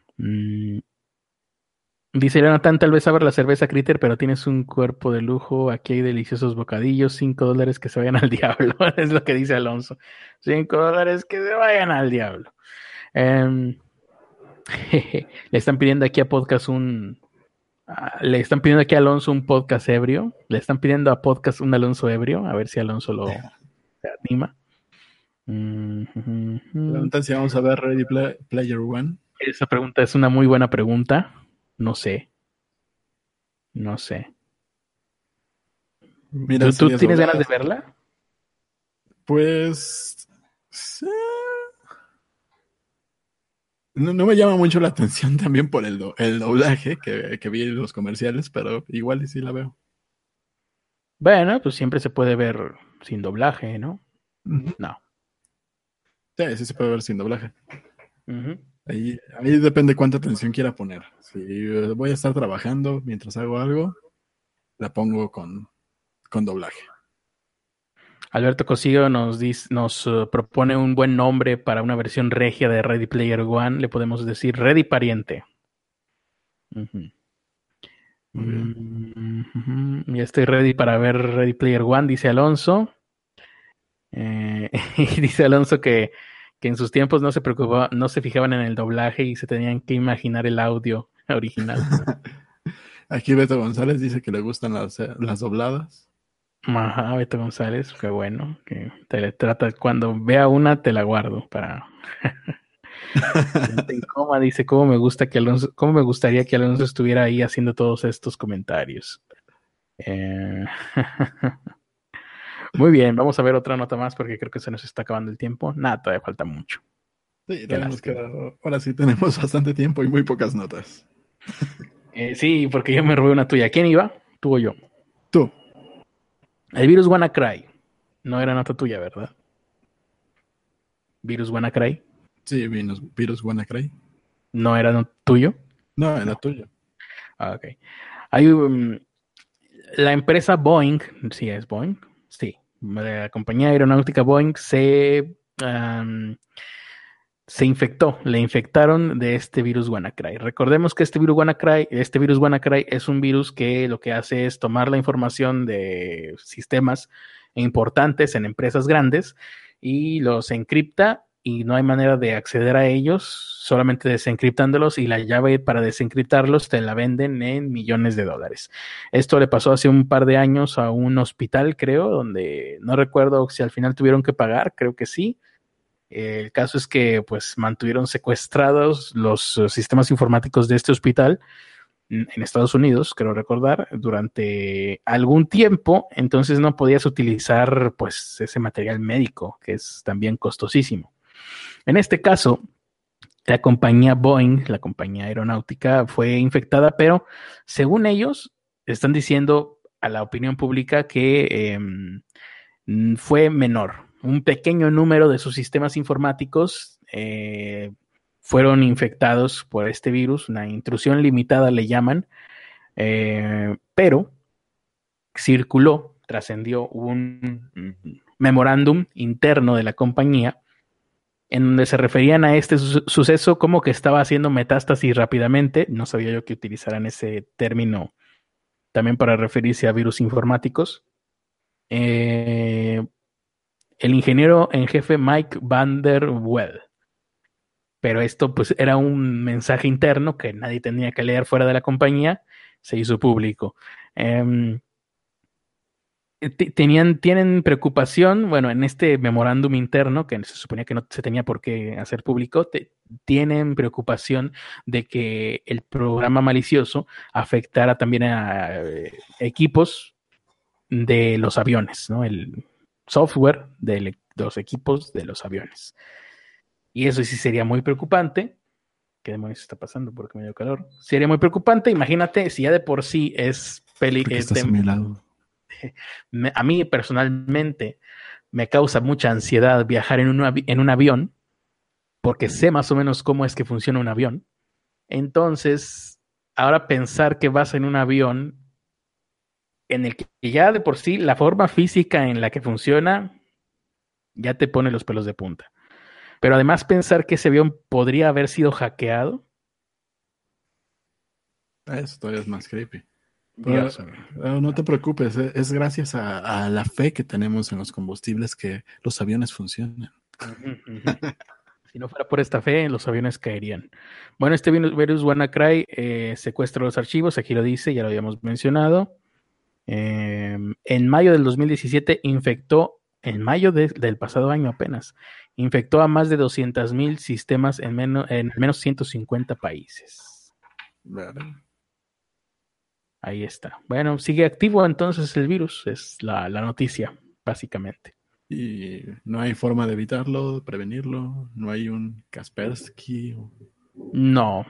Dice Jonathan, tal vez abra la cerveza Critter, pero tienes un cuerpo de lujo. Aquí hay deliciosos bocadillos, $5 que se vayan al diablo. Es lo que dice Alonso. $5 que se vayan al diablo. Le están pidiendo aquí a podcast le están pidiendo aquí a Alonso un podcast ebrio. Le están pidiendo a podcast un Alonso ebrio. A ver si Alonso se anima. Preguntan si vamos a ver Ready Player One. Esa pregunta es una muy buena pregunta. No sé. Mira, ¿Tú tienes ganas de verla? Pues sí. No me llama mucho la atención también por el doblaje que vi en los comerciales, pero igual y sí la veo. Bueno, pues siempre se puede ver sin doblaje, ¿no? No. Sí se puede ver sin doblaje. Ahí depende cuánta atención quiera poner. Si voy a estar trabajando mientras hago algo, la pongo con doblaje. Alberto Cosillo nos propone un buen nombre para una versión regia de Ready Player One. Le podemos decir Ready Pariente. Ya estoy ready para ver Ready Player One, dice Alonso. Y dice Alonso que en sus tiempos no se fijaban en el doblaje y se tenían que imaginar el audio original. Aquí Beto González dice que le gustan las dobladas. Ajá, Beto González, qué bueno. Que cuando vea una, te la guardo para. En coma dice cómo me gustaría que Alonso estuviera ahí haciendo todos estos comentarios. Muy bien, vamos a ver otra nota más porque creo que se nos está acabando el tiempo. Nada, todavía falta mucho. Sí, ahora sí tenemos bastante tiempo y muy pocas notas. Sí, porque yo me robé una tuya. ¿Quién iba? ¿Tú o yo? Tú. El virus WannaCry. No era nota tuya, ¿verdad? ¿Virus WannaCry? Sí, virus WannaCry. ¿No era tuyo? No, era tuyo. Ok. Hay la empresa Boeing, ¿sí es Boeing? Sí. La compañía aeronáutica Boeing se se infectó, le infectaron de este virus WannaCry. Recordemos que este virus WannaCry es un virus que lo que hace es tomar la información de sistemas importantes en empresas grandes y los encripta y no hay manera de acceder a ellos, solamente desencriptándolos, y la llave para desencriptarlos te la venden en millones de dólares. Esto le pasó hace un par de años a un hospital, creo, donde no recuerdo si al final tuvieron que pagar, creo que sí. El caso es que pues mantuvieron secuestrados los sistemas informáticos de este hospital en Estados Unidos, creo recordar, durante algún tiempo. Entonces no podías utilizar pues ese material médico, que es también costosísimo. En este caso, la compañía Boeing, la compañía aeronáutica, fue infectada, pero según ellos están diciendo a la opinión pública que fue menor. Un pequeño número de sus sistemas informáticos fueron infectados por este virus, una intrusión limitada le llaman, pero circuló, trascendió un memorándum interno de la compañía en donde se referían a este suceso como que estaba haciendo metástasis rápidamente. No sabía yo que utilizaran ese término también para referirse a virus informáticos. El ingeniero en jefe Mike van der Well. Pero esto pues era un mensaje interno que nadie tenía que leer fuera de la compañía, se hizo público. Tienen preocupación, bueno, en este memorándum interno, que se suponía que no se tenía por qué hacer público, tienen preocupación de que el programa malicioso afectara también a equipos de los aviones, ¿no? El software de los equipos de los aviones. Y eso sí sería muy preocupante. ¿Qué demonios está pasando? Porque me dio calor. Sería muy preocupante. Imagínate si ya de por sí es Porque estás a mi lado. A mí personalmente me causa mucha ansiedad viajar en un avión, porque sé más o menos cómo es que funciona un avión. Entonces, ahora pensar que vas en un avión en el que ya de por sí la forma física en la que funciona ya te pone los pelos de punta. Pero además pensar que ese avión podría haber sido hackeado. Eso todavía es más creepy. Pero Dios mío. no te preocupes, es gracias a la fe que tenemos en los combustibles que los aviones funcionan. Si no fuera por esta fe, los aviones caerían. Bueno, este virus WannaCry secuestra los archivos, aquí lo dice, ya lo habíamos mencionado. En mayo del 2017 infectó, en mayo del pasado año apenas, infectó a más de 200,000 sistemas en al menos 150 países. ¿Verdad? Ahí está. Bueno, sigue activo entonces el virus, es la noticia, básicamente. Y no hay forma de evitarlo, prevenirlo, no hay un Kaspersky. No.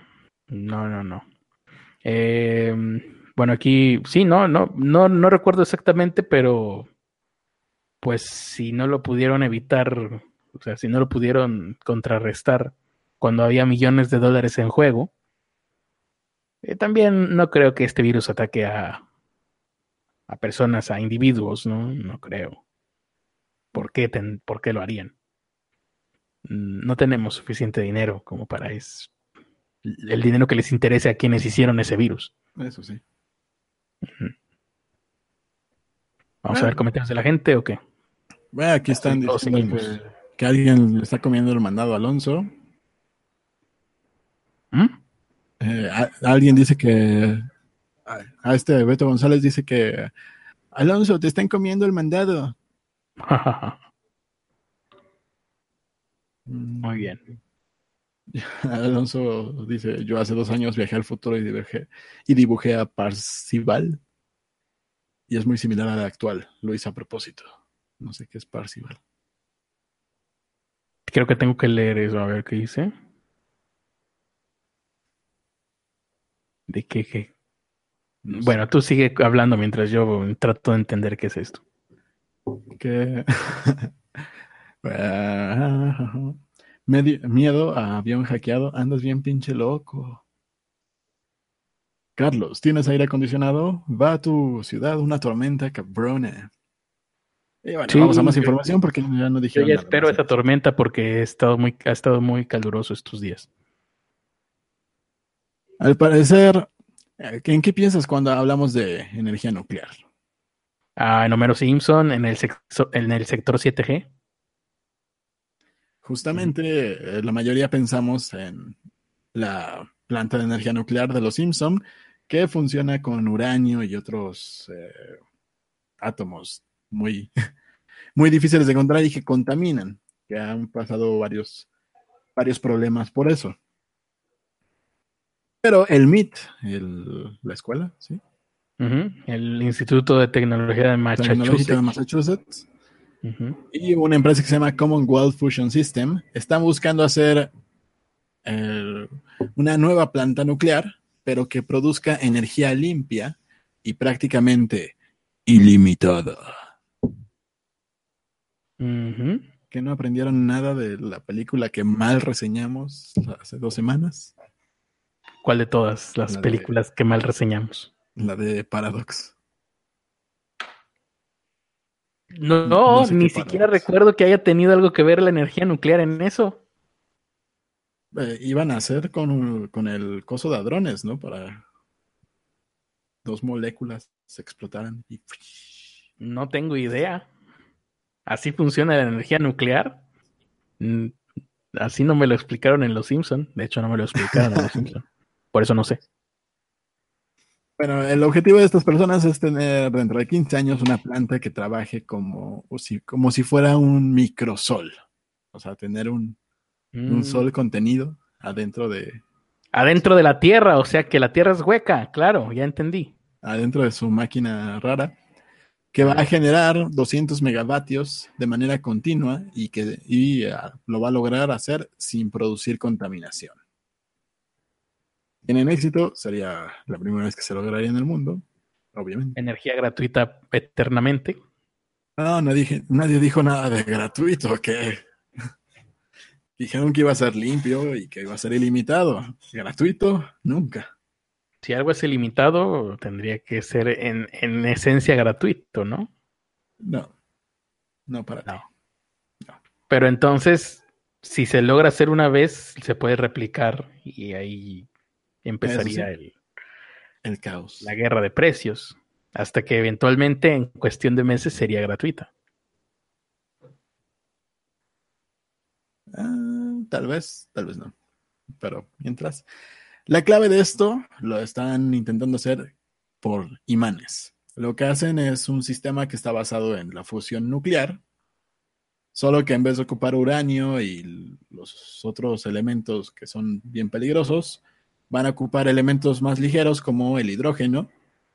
Bueno, aquí sí, no recuerdo exactamente, pero pues si no lo pudieron evitar, o sea, si no lo pudieron contrarrestar cuando había millones de dólares en juego, también no creo que este virus ataque a personas, a individuos, ¿no? No creo. ¿Por qué lo harían? No tenemos suficiente dinero como para el dinero que les interese a quienes hicieron ese virus. Eso sí. Vamos a ver comentarios de la gente o qué. Bueno, aquí están Todos diciendo seguimos. que alguien le está comiendo el mandado a Alonso. Alguien dice que a este Beto González dice que Alonso, te están comiendo el mandado. Muy bien. Alonso dice, yo hace 2 años viajé al futuro y dibujé a Parcival. Y es muy similar a la actual. Lo hice a propósito. No sé qué es Parcival. Creo que tengo que leer eso, a ver qué dice. ¿De qué? No Bueno, sé. tú sigue hablando mientras yo trato de entender qué es esto. Que miedo a avión hackeado. Andas bien pinche loco. Carlos, ¿tienes aire acondicionado? Va a tu ciudad una tormenta cabrona. Y bueno, Sí, vamos a más información porque ya no yo dijeron ya nada espero más. esa tormenta porque ha estado muy caluroso estos días. Al parecer, ¿en qué piensas cuando hablamos de energía nuclear? En Homero Simpson, en el sector 7G. Ujú. Justamente, la mayoría pensamos en la planta de energía nuclear de los Simpson, que funciona con uranio y otros átomos muy, muy difíciles de encontrar y que contaminan, que han pasado varios problemas por eso. Pero el MIT, la escuela, ¿sí? Ujú. El Instituto de Tecnología de Tecnológica de Massachusetts. Massachusetts Ujú. y una empresa que se llama Commonwealth Fusion System están buscando hacer eh, una nueva planta nuclear, pero que produzca energía limpia y prácticamente ilimitada. Ujú. ¿Que no aprendieron nada de la película que mal reseñamos hace 2 semanas? ¿Cuál de todas las La de, películas que mal reseñamos? la de Paradox. No, no No, sé qué ni siquiera Paradox. recuerdo que haya tenido algo que ver la energía nuclear en eso. Iban a hacer con el coso de hadrones, ¿no? Para dos moléculas se explotaran y No tengo idea. ¿Así funciona la energía nuclear? Mm, Así no me lo explicaron en Los Simpson. De hecho, no me lo explicaron en Los Simpson. Por eso no sé. bueno, el objetivo de estas personas es tener dentro de 15 años una planta que trabaje como si fuera un microsol. O sea, tener un Mm, sol contenido Adentro de la Tierra, o sea que la Tierra es hueca. Claro, ya entendí. adentro de su máquina rara, que va Ah, a ya. generar 200 megavatios de manera continua y lo va a lograr hacer sin producir contaminación. Tienen éxito, sería la primera vez que se lograría en el mundo, obviamente. Energía gratuita eternamente. No, nadie dijo nada de gratuito, que dijeron que iba a ser limpio y que iba a ser ilimitado. Gratuito, nunca. Si algo es ilimitado, tendría que ser en esencia gratuito, ¿no? No, no para ti. No. No. Pero entonces, si se logra hacer una vez, se puede replicar y ahí Eso empezaría sí, el caos. la guerra de precios, hasta que eventualmente en cuestión de meses sería gratuita. Tal vez no. Pero mientras. La clave de esto lo están intentando hacer por imanes. Lo que hacen es un sistema que está basado en la fusión nuclear, solo que en vez de ocupar uranio y los otros elementos que son bien peligrosos, van a ocupar elementos más ligeros como el hidrógeno,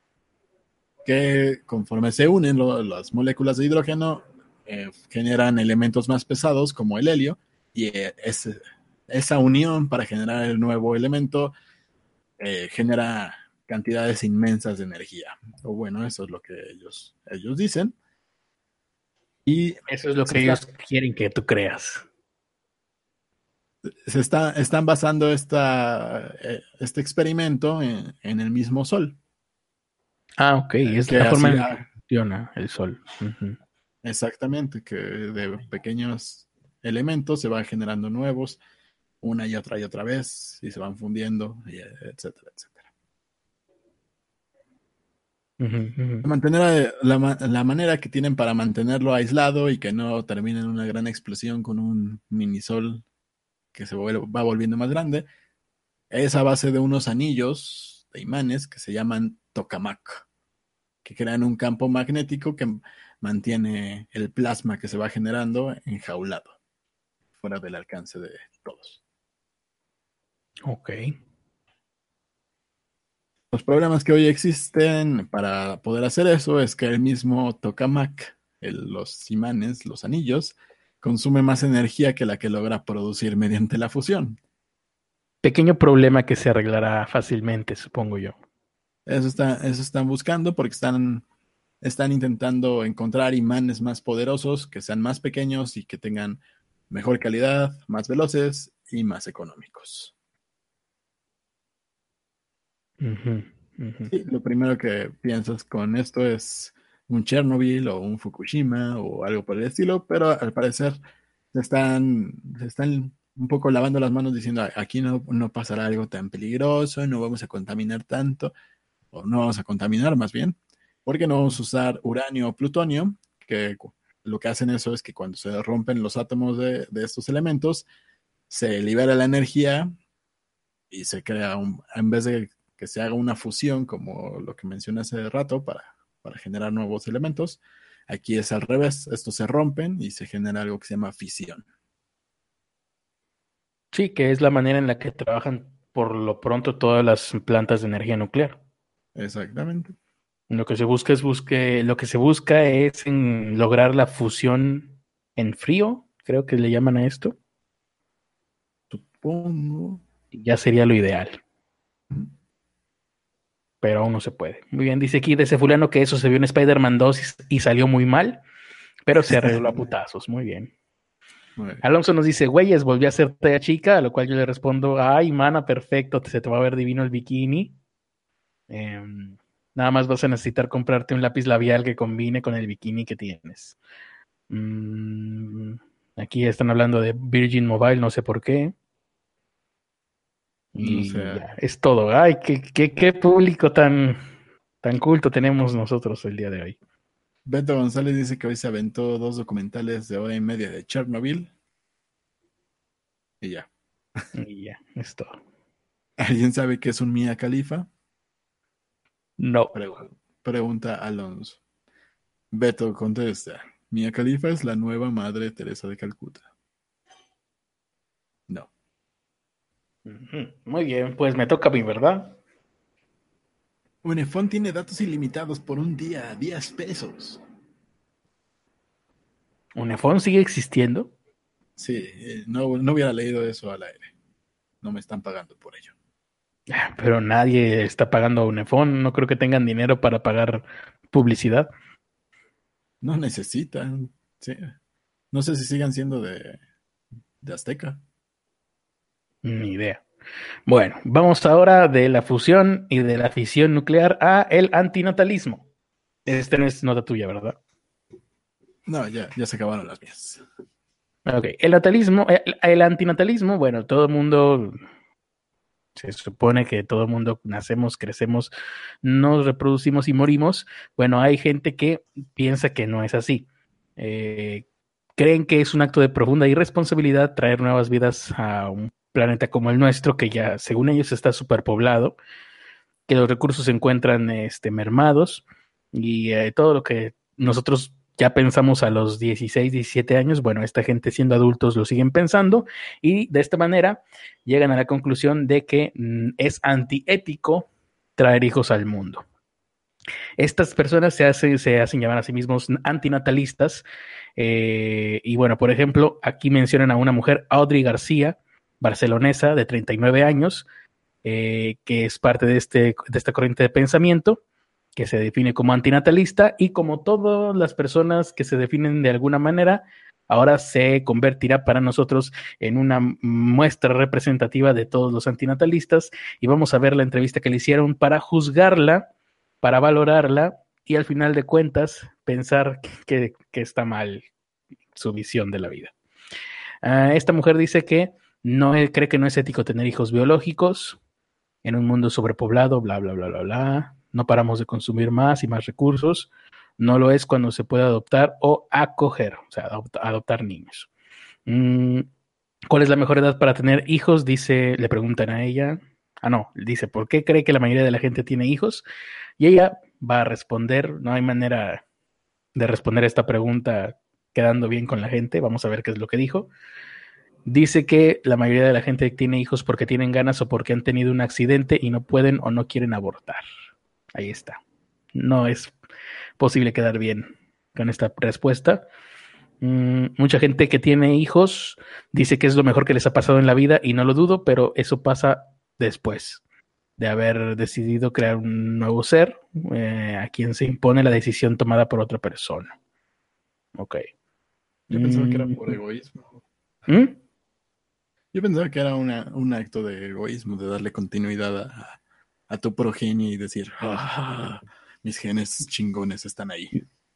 que conforme se unen las moléculas de hidrógeno, generan elementos más pesados como el helio, y esa unión para generar el nuevo elemento genera cantidades inmensas de energía. O bueno, eso es lo que ellos dicen. Y Eso es lo se que está, ellos quieren que tú creas. están basando este experimento en el mismo Sol, Ok, es que la forma así, en que funciona el sol. Ujú. exactamente, que de pequeños elementos se van generando nuevos una y otra vez y se van fundiendo, etcétera, etcétera. Ujú, ujú. La manera que tienen para mantenerlo aislado y que no termine en una gran explosión con un minisol que va volviendo más grande, es a base de unos anillos de imanes que se llaman tokamak, que crean un campo magnético que mantiene el plasma que se va generando enjaulado, fuera del alcance de todos. Ok. Los problemas que hoy existen para poder hacer eso es que el mismo tokamak, los imanes, los anillos, consume más energía que la que logra producir mediante la fusión. Pequeño problema que se arreglará fácilmente, supongo yo. Eso están buscando porque están intentando encontrar imanes más poderosos, que sean más pequeños y que tengan mejor calidad, más veloces y más económicos. Ujú, ujú. Sí, lo primero que piensas con esto es un Chernobyl o un Fukushima o algo por el estilo, pero al parecer se están un poco lavando las manos diciendo: Aquí no pasará algo tan peligroso, no vamos a contaminar tanto, o no vamos a contaminar más bien, porque no vamos a usar uranio o plutonio, que lo que hacen eso es que cuando se rompen los átomos de estos elementos, se libera la energía y se crea en vez de que se haga una fusión, como lo que mencioné hace rato, para generar nuevos elementos, aquí es al revés, estos se rompen y se genera algo que se llama fisión. Sí, que es la manera en la que trabajan por lo pronto todas las plantas de energía nuclear. Exactamente. Lo que se busca es en lograr la fusión en frío, creo que le llaman a esto, Supongo. y ya sería lo ideal, pero aún no se puede. Muy bien, dice aquí de ese fulano que eso se vio en Spider-Man 2 y salió muy mal, pero se arregló a putazos, muy bien. Muy bien. Alonso nos dice, güeyes, volví a ser talla chica, a lo cual yo le respondo, ay, mana, perfecto, se te va a ver divino el bikini. Nada más vas a necesitar comprarte un lápiz labial que combine con el bikini que tienes. Mm, Aquí están hablando de Virgin Mobile, no sé por qué. No Y sé. ya, es todo. Ay, qué público tan culto tenemos nosotros el día de hoy. Beto González dice que hoy se aventó 2 documentales de hora y media de Chernobyl y ya. Y ya, es todo. ¿Alguien sabe qué es un Mia Khalifa? No. Pregunta Alonso. Beto contesta: Mia Khalifa es la nueva Madre Teresa de Calcuta. No. Ujú. Muy bien, pues me toca a mí, ¿verdad? Unifón tiene datos ilimitados por un día, 10 pesos. ¿Unifón sigue existiendo? Sí, no hubiera leído eso al aire. No me están pagando por ello. Pero nadie está pagando a Unifón. No creo que tengan dinero para pagar publicidad. No necesitan. Sí. No sé si sigan siendo de Azteca. Ni idea. Bueno, vamos ahora de la fusión y de la fisión nuclear a el antinatalismo. Este no es nota tuya, ¿verdad? No, ya se acabaron las mías. Ok, el antinatalismo, bueno, todo el mundo, se supone que todo el mundo nacemos, crecemos, nos reproducimos y morimos. Bueno, hay gente que piensa que no es así. Eh, Creen que es un acto de profunda irresponsabilidad traer nuevas vidas a un planeta como el nuestro, que ya, según ellos, está superpoblado, que los recursos se encuentran mermados y todo lo que nosotros ya pensamos a los 16, 17 años, bueno, esta gente siendo adultos lo siguen pensando y de esta manera llegan a la conclusión de que es antiético traer hijos al mundo. Estas personas se hacen llamar a sí mismos antinatalistas y bueno, por ejemplo, aquí mencionan a una mujer, Audrey García, barcelonesa de 39 años, que es parte de esta corriente de pensamiento, que se define como antinatalista y como todas las personas que se definen de alguna manera, ahora se convertirá para nosotros en una muestra representativa de todos los antinatalistas y vamos a ver la entrevista que le hicieron para juzgarla, para valorarla y al final de cuentas pensar que está mal su visión de la vida. Esta mujer dice que no cree que no es ético tener hijos biológicos, en un mundo sobrepoblado, bla, bla, bla, bla, bla. No paramos de consumir más y más recursos. No lo es cuando se puede adoptar o acoger, o sea, adoptar niños. Mm, ¿Cuál es la mejor edad para tener hijos? Dice, le preguntan a ella. No, dice, ¿por qué cree que la mayoría de la gente tiene hijos? Y ella va a responder, no hay manera de responder esta pregunta quedando bien con la gente. Vamos a ver qué es lo que dijo. Dice que la mayoría de la gente tiene hijos porque tienen ganas o porque han tenido un accidente y no pueden o no quieren abortar. Ahí está. No es posible quedar bien con esta respuesta. Mucha gente que tiene hijos dice que es lo mejor que les ha pasado en la vida y no lo dudo, pero eso pasa después de haber decidido crear un nuevo ser a quien se impone la decisión tomada por otra persona. Ok. Yo pensaba que era Mm, por egoísmo. ¿Mm? Yo pensaba que era un acto de egoísmo, de darle continuidad a tu progenie y decir: mis genes chingones están ahí.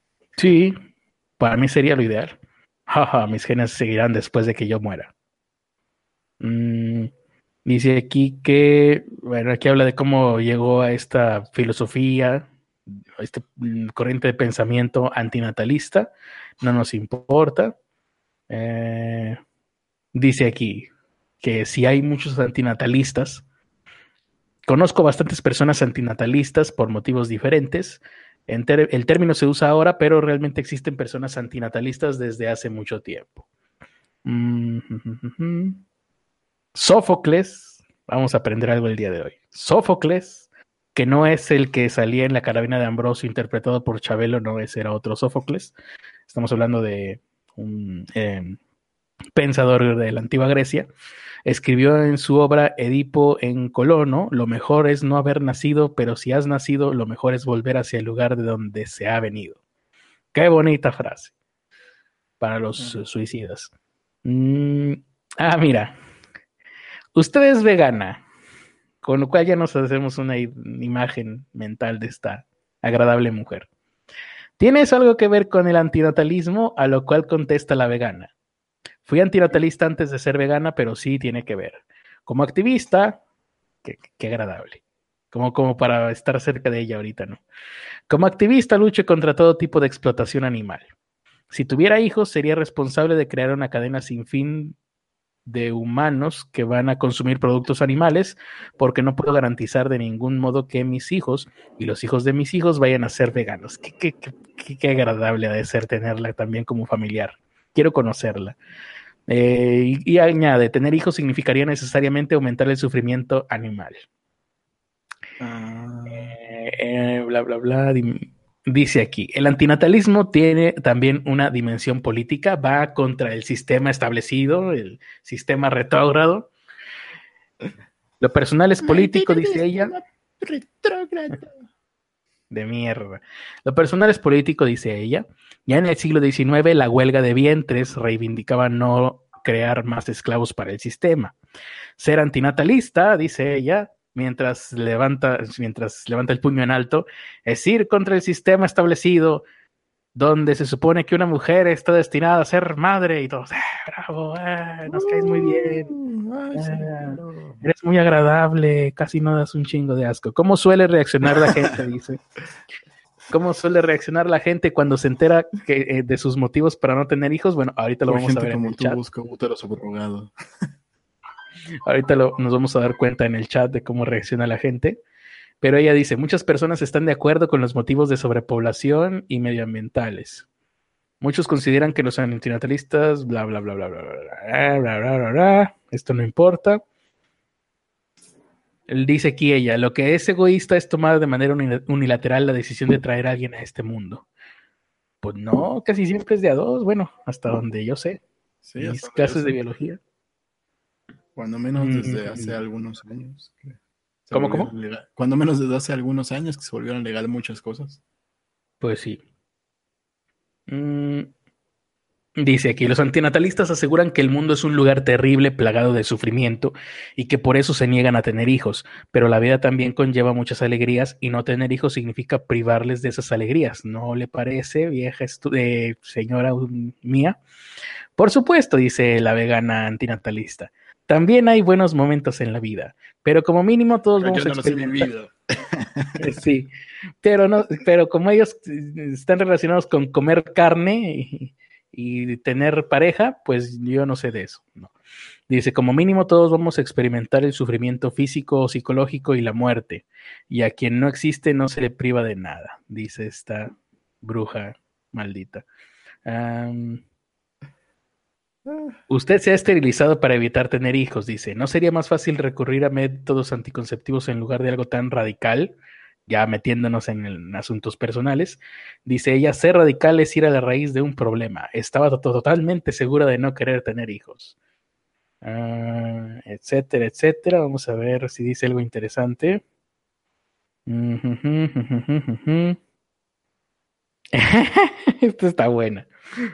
Sí, para mí sería lo ideal. Jaja, mis genes seguirán después de que yo muera. Mm, dice aquí que, bueno, aquí habla de cómo llegó a esta filosofía, a este corriente de pensamiento antinatalista. No nos importa. Eh, dice aquí que si hay muchos antinatalistas, conozco bastantes personas antinatalistas por motivos diferentes. El término se usa ahora, pero realmente existen personas antinatalistas desde hace mucho tiempo. Sófocles, vamos a aprender algo el día de hoy. Sófocles, que no es el que salía en La carabina de Ambrosio interpretado por Chabelo, no, ese era otro Sófocles. Estamos hablando de un pensador de la antigua Grecia. Escribió en su obra Edipo en Colono: lo mejor es no haber nacido, pero si has nacido, lo mejor es volver hacia el lugar de donde se ha venido. Qué bonita frase para los suicidas. Mira, usted es vegana, con lo cual ya nos hacemos una imagen mental de esta agradable mujer. ¿Tienes algo que ver con el antinatalismo? A lo cual contesta la vegana: fui antinatalista antes de ser vegana, pero sí tiene que ver. Como activista, qué agradable. Como para estar cerca de ella ahorita, ¿no? Como activista lucho contra todo tipo de explotación animal. Si tuviera hijos, sería responsable de crear una cadena sin fin de humanos que van a consumir productos animales, porque no puedo garantizar de ningún modo que mis hijos y los hijos de mis hijos vayan a ser veganos. Qué agradable ha de ser tenerla también como familiar. Quiero conocerla. Y añade: tener hijos significaría necesariamente aumentar el sufrimiento animal. Bla, bla, bla. Dice aquí: el antinatalismo tiene también una dimensión política, va contra el sistema establecido, el sistema retrógrado. Lo personal es político, dice ella. De mierda. Lo personal es político, dice ella. Ya en el siglo XIX, la huelga de vientres reivindicaba no crear más esclavos para el sistema. Ser antinatalista, dice ella, mientras levanta el puño en alto, es ir contra el sistema establecido, donde se supone que una mujer está destinada a ser madre y todos, bravo, nos caes muy bien, eres muy agradable, casi no das un chingo de asco. ¿Cómo suele reaccionar la gente? Dice. ¿Cómo suele reaccionar la gente cuando se entera de sus motivos para no tener hijos? Bueno, ahorita lo vamos a ver en el chat. Busca útero subrogado. Ahorita nos vamos a dar cuenta en el chat de cómo reacciona la gente. Pero ella dice: muchas personas están de acuerdo con los motivos de sobrepoblación y medioambientales. Muchos consideran que los antinatalistas, bla, bla, bla, bla, bla, bla, bla, bla, bla, bla, bla. Esto no importa. Él dice aquí ella: lo que es egoísta es tomar de manera unilateral la decisión de traer a alguien a este mundo. Pues no, casi siempre es de a dos, bueno, hasta donde yo sé. Sí, Mis clases de biología. Cuando menos desde hace algunos años. ¿Cómo? Cuando menos desde hace algunos años que se volvieron legal muchas cosas. Pues sí. Dice aquí: los antinatalistas aseguran que el mundo es un lugar terrible, plagado de sufrimiento, y que por eso se niegan a tener hijos, pero la vida también conlleva muchas alegrías, y no tener hijos significa privarles de esas alegrías. ¿No le parece, vieja señora mía? Por supuesto, dice la vegana antinatalista. También hay buenos momentos en la vida, pero como mínimo todos vamos a experimentar. Sí, pero como ellos están relacionados con comer carne y tener pareja, pues yo no sé de eso, ¿no? Dice: como mínimo todos vamos a experimentar el sufrimiento físico o psicológico y la muerte, y a quien no existe no se le priva de nada, dice esta bruja maldita. Usted se ha esterilizado para evitar tener hijos, dice. ¿No sería más fácil recurrir a métodos anticonceptivos en lugar de algo tan radical? Ya metiéndonos en asuntos personales. Dice ella: ser radical es ir a la raíz de un problema. Estaba totalmente segura de no querer tener hijos. Etcétera, etcétera. Vamos a ver si dice algo interesante. Esto está buena.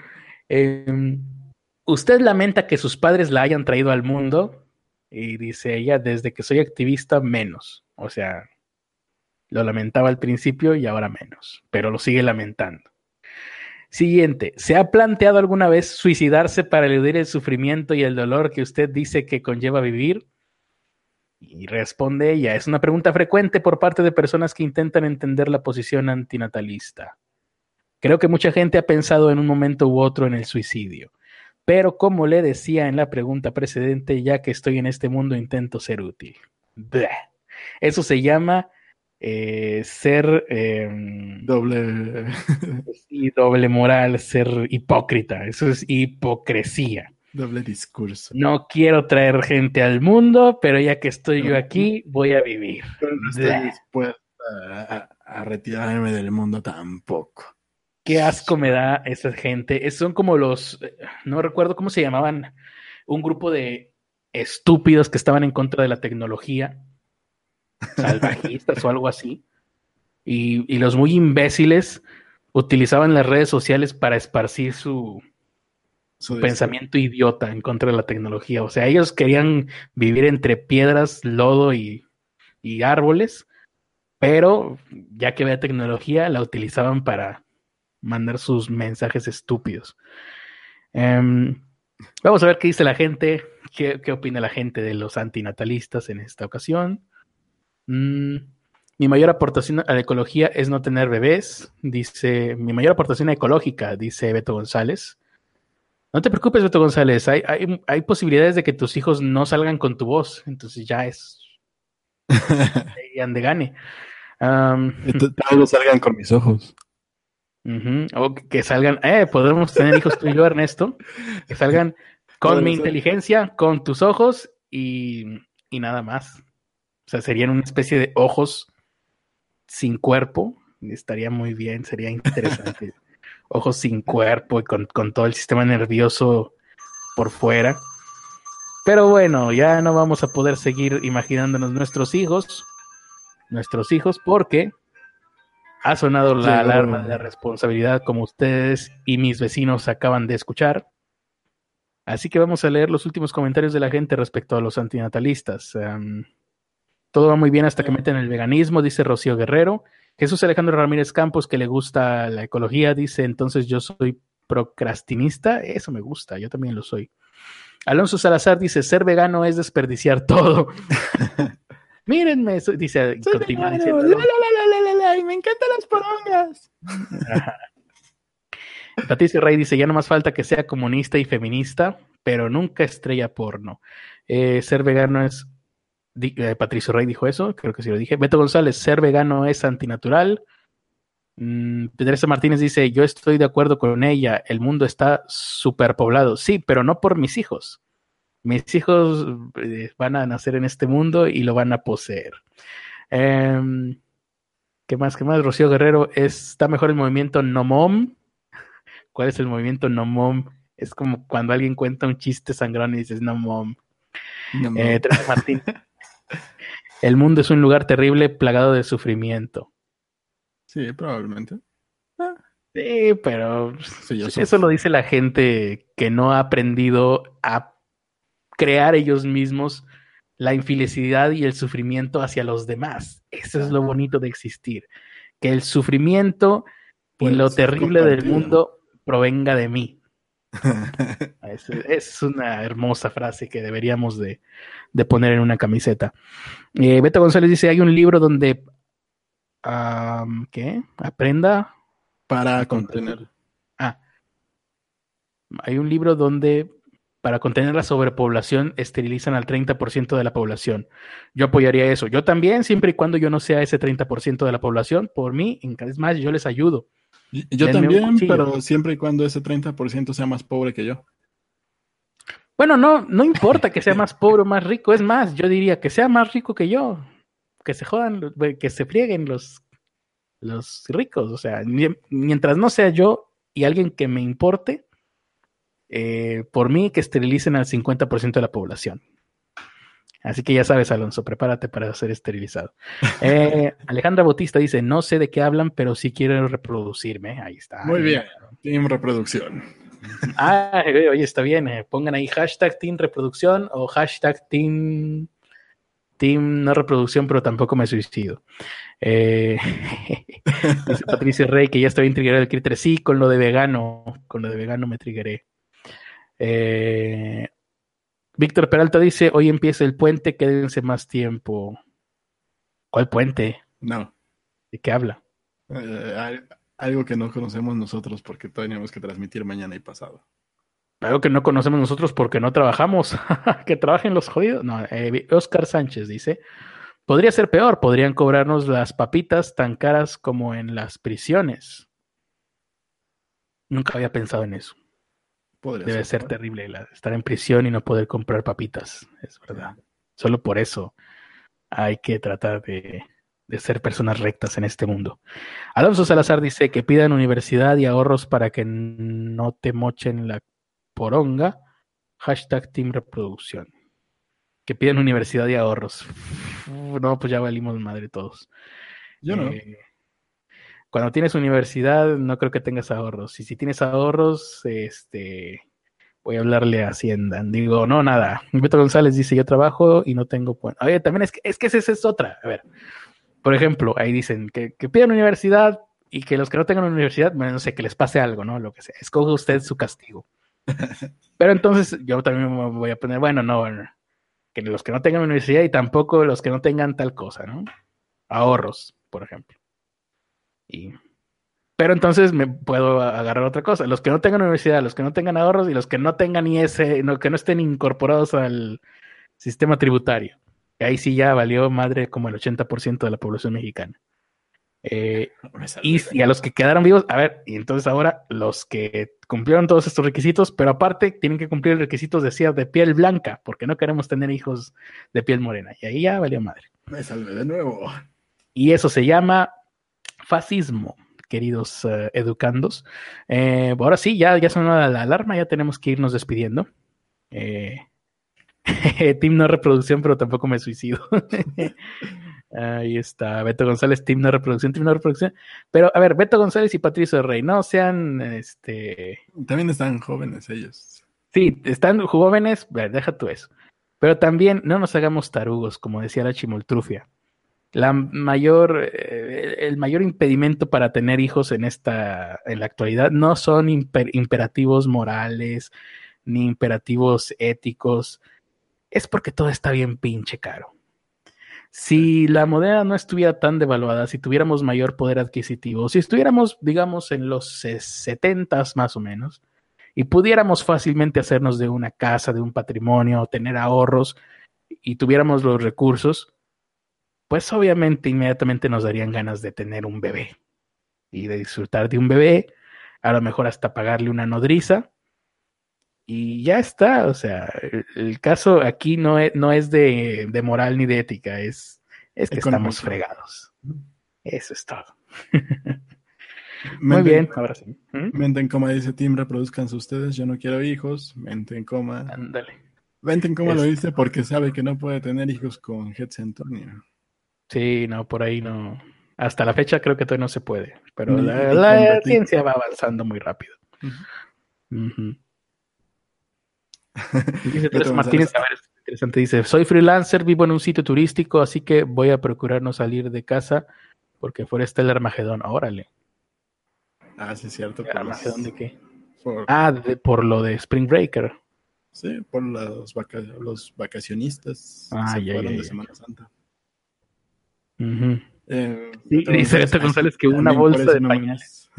Usted lamenta que sus padres la hayan traído al mundo, y dice ella: desde que soy activista, menos. O sea, lo lamentaba al principio y ahora menos, pero lo sigue lamentando. Siguiente, ¿se ha planteado alguna vez suicidarse para eludir el sufrimiento y el dolor que usted dice que conlleva vivir? Y responde ella, es una pregunta frecuente por parte de personas que intentan entender la posición antinatalista. Creo que mucha gente ha pensado en un momento u otro en el suicidio, pero como le decía en la pregunta precedente, ya que estoy en este mundo intento ser útil. Bleh. Eso se llama ser Doble. y doble moral, ser hipócrita. Eso es hipocresía. Doble discurso. No quiero traer gente al mundo, pero ya que estoy yo aquí, voy a vivir. Pero no estoy dispuesta a retirarme del mundo tampoco. Qué asco me da esa gente. Son como los, no recuerdo cómo se llamaban, un grupo de estúpidos que estaban en contra de la tecnología, salvajistas o algo así. Y los muy imbéciles utilizaban las redes sociales para esparcir su pensamiento idiota en contra de la tecnología. O sea, ellos querían vivir entre piedras, lodo y árboles, pero ya que había tecnología, la utilizaban para mandar sus mensajes estúpidos. Vamos a ver qué dice la gente, qué opina la gente de los antinatalistas en esta ocasión. Mi mayor aportación a la ecología es no tener bebés, dice, mi mayor aportación ecológica, dice Beto González. No te preocupes, Beto González, hay posibilidades de que tus hijos no salgan con tu voz, entonces ya es de gane. Tal vez salgan con mis ojos. O que salgan, podemos tener hijos tú y yo, Ernesto, que salgan con mi inteligencia, con tus ojos y nada más. O sea, serían una especie de ojos sin cuerpo, estaría muy bien, sería interesante. Ojos sin cuerpo y con todo el sistema nervioso por fuera. Pero bueno, ya no vamos a poder seguir imaginándonos nuestros hijos, porque ha sonado la alarma de la responsabilidad, como ustedes y mis vecinos acaban de escuchar. Así que vamos a leer los últimos comentarios de la gente respecto a los antinatalistas. Todo va muy bien hasta que meten el veganismo, dice Rocío Guerrero. Jesús Alejandro Ramírez Campos, que le gusta la ecología, dice, entonces yo soy procrastinista. Eso me gusta, yo también lo soy. Alonso Salazar dice, ser vegano es desperdiciar todo. Mírenme, dice, continúa diciendo. Y me encantan las porongas. Patricio Rey dice, ya no más falta que sea comunista y feminista, pero nunca estrella porno. Ser vegano es... Patricio Rey dijo eso, creo que sí lo dije. Beto González, ser vegano es antinatural. Teresa Martínez dice, yo estoy de acuerdo con ella, el mundo está superpoblado. Sí, pero no por mis hijos. Mis hijos van a nacer en este mundo y lo van a poseer. ¿Qué más? Rocío Guerrero, está mejor el movimiento Nomom. ¿Cuál es el movimiento Nomom? Es como cuando alguien cuenta un chiste sangrón y dices Nomom. Teresa Martín. El mundo es un lugar terrible, plagado de sufrimiento. Sí, probablemente. Sí, pero eso lo dice la gente que no ha aprendido a crear ellos mismos la infelicidad y el sufrimiento hacia los demás. Eso es lo bonito de existir. Que el sufrimiento y lo terrible del mundo provenga de mí. Es una hermosa frase que deberíamos de poner en una camiseta. Beto González dice, hay un libro donde ¿qué? Aprenda para contener. Hay un libro donde para contener la sobrepoblación esterilizan al 30% de la población. Yo apoyaría eso. Yo también, siempre y cuando yo no sea ese 30% de la población, por mí, es más, yo les ayudo. Yo también, pero siempre y cuando ese 30% sea más pobre que yo. Bueno, no importa que sea más pobre o más rico, es más, yo diría que sea más rico que yo, que se jodan, que se frieguen los ricos, o sea, mientras no sea yo y alguien que me importe, por mí que esterilicen al 50% de la población. Así que ya sabes, Alonso, prepárate para ser esterilizado. Alejandra Bautista dice, no sé de qué hablan, pero sí quiero reproducirme. Ahí está. Muy bien, Team Reproducción. Oye, está bien. Pongan ahí hashtag Team Reproducción o hashtag Team Team no reproducción, pero tampoco me suicido. Dice Patricia Rey que ya estoy intrigado del Critter. Sí, con lo de vegano me triggeré. Víctor Peralta dice, hoy empieza el puente, quédense más tiempo. ¿Cuál puente? No. ¿De qué habla? Algo que no conocemos nosotros porque tenemos que transmitir mañana y pasado. Algo que no conocemos nosotros porque no trabajamos. Que trabajen los jodidos. No, Oscar Sánchez dice, podría ser peor, podrían cobrarnos las papitas tan caras como en las prisiones. Nunca había pensado en eso. Debe ser terrible estar en prisión y no poder comprar papitas, es verdad. Solo por eso hay que tratar de ser personas rectas en este mundo. Alonso Salazar dice que pidan universidad y ahorros para que no te mochen la poronga. Hashtag Team Reproducción. Que pidan universidad y ahorros. No, pues ya valimos madre todos. Yo no. Cuando tienes universidad, no creo que tengas ahorros. Y si tienes ahorros, voy a hablarle a Hacienda. Digo, no, nada. Beto González dice, yo trabajo y no tengo... Bueno, oye, también es que esa es otra. A ver, por ejemplo, ahí dicen que pidan universidad y que los que no tengan universidad, bueno, no sé, que les pase algo, ¿no? Lo que sea. Escoge usted su castigo. Pero entonces yo también me voy a poner, bueno, no, que los que no tengan universidad y tampoco los que no tengan tal cosa, ¿no? Ahorros, por ejemplo. Pero entonces me puedo agarrar otra cosa. Los que no tengan universidad, los que no tengan ahorros y los que no tengan que no estén incorporados al sistema tributario. Ahí sí ya valió madre como el 80% de la población mexicana. Y a los que quedaron vivos, a ver, y entonces ahora los que cumplieron todos estos requisitos, pero aparte tienen que cumplir requisitos de piel blanca, porque no queremos tener hijos de piel morena. Y ahí ya valió madre. Me salvé de nuevo. Y eso se llama fascismo, queridos educandos. Ahora sí, ya sonó la alarma, ya tenemos que irnos despidiendo. Team no reproducción, pero tampoco me suicido. Ahí está, Beto González, Team no reproducción, Team no reproducción. Pero, a ver, Beto González y Patricio Rey, no sean, También están jóvenes ellos. Sí, están jóvenes, deja tú eso. Pero también no nos hagamos tarugos, como decía la Chimoltrufia. El mayor impedimento para tener hijos en la actualidad no son imperativos morales ni imperativos éticos, es porque todo está bien pinche caro. Si la moneda no estuviera tan devaluada, si tuviéramos mayor poder adquisitivo, si estuviéramos, digamos, en los 70s más o menos, y pudiéramos fácilmente hacernos de una casa, de un patrimonio, tener ahorros, y tuviéramos los recursos, pues obviamente inmediatamente nos darían ganas de tener un bebé y de disfrutar de un bebé, a lo mejor hasta pagarle una nodriza y ya está. O sea, el caso aquí no es de moral ni de ética, es que estamos fregados. Eso es todo. Muy bien, ahora sí. Mente en coma dice Team, reproduzcanse ustedes, yo no quiero hijos. Mente en coma. Ándale. Mente en coma lo dice porque sabe que no puede tener hijos con Hetz Antonio. Sí, no, por ahí no. Hasta la fecha creo que todavía no se puede, pero la ciencia va avanzando muy rápido. Dice Teresa Martínez, a ver, es interesante, dice, soy freelancer, vivo en un sitio turístico, así que voy a procurar no salir de casa porque fuera está el Armagedón. Órale. Ah, sí, es cierto. ¿Armagedón de qué? Por lo de Spring Breaker. Sí, por los vacacionistas se fueron de Semana Santa. Sí, dice Beto González que una bolsa de pañales.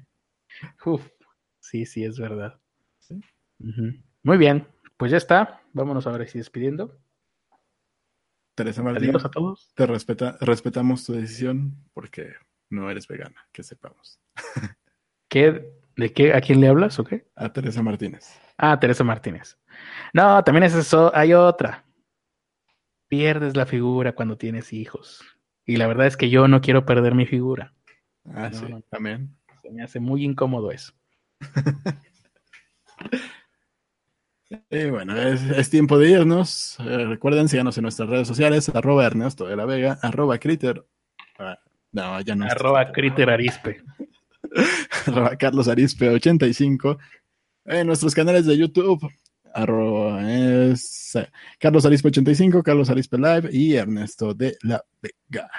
Sí, es verdad. ¿Sí? Muy bien, pues ya está. Vámonos ahora sí despidiendo. Teresa Martínez, adiós a todos. Te respetamos tu decisión porque no eres vegana, que sepamos. ¿De qué? ¿A quién le hablas o qué? A Teresa Martínez. Ah, Teresa Martínez. No, también es eso. Hay otra. Pierdes la figura cuando tienes hijos. Y la verdad es que yo no quiero perder mi figura. Sí, también. Se me hace muy incómodo eso. Y bueno, es tiempo de irnos. Recuerden, síganos en nuestras redes sociales, @Ernesto de la Vega, @Critter. No, ya no. @Critter Arispe. @Carlos Arispe 85. En nuestros canales de YouTube, Es Carlos Arispe 85, Carlos Arispe Live y Ernesto de la Vega.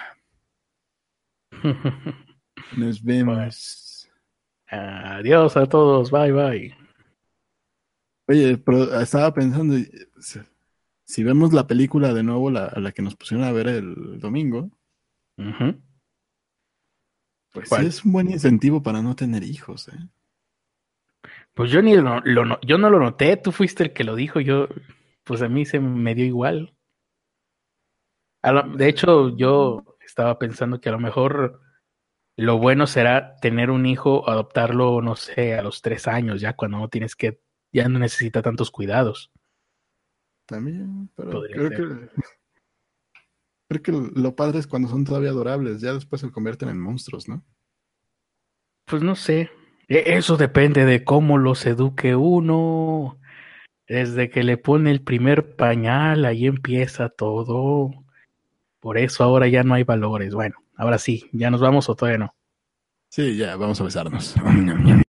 Nos Bueno, vemos. adiós a todos, bye bye. Oye, pero estaba pensando, si vemos la película de nuevo, la que nos pusieron a ver el domingo, Ujú. pues sí ¿Cuál? es un buen incentivo para no tener hijos, ¿eh? Pues yo yo no lo noté, tú fuiste el que lo dijo, yo, pues a mí se me dio igual. De hecho, yo estaba pensando que a lo mejor lo bueno será tener un hijo, adoptarlo, no sé, a los 3 años, ya cuando no tienes que, ya no necesita tantos cuidados. También, pero Podría ser. creo que lo padre es cuando son todavía adorables, ya después se convierten en monstruos, ¿no? Pues no sé. Eso depende de cómo los eduque uno. Desde que le pone el primer pañal, ahí empieza todo. Por eso ahora ya no hay valores. Bueno, ahora sí, ya nos vamos o todavía no. Sí, ya, vamos a besarnos.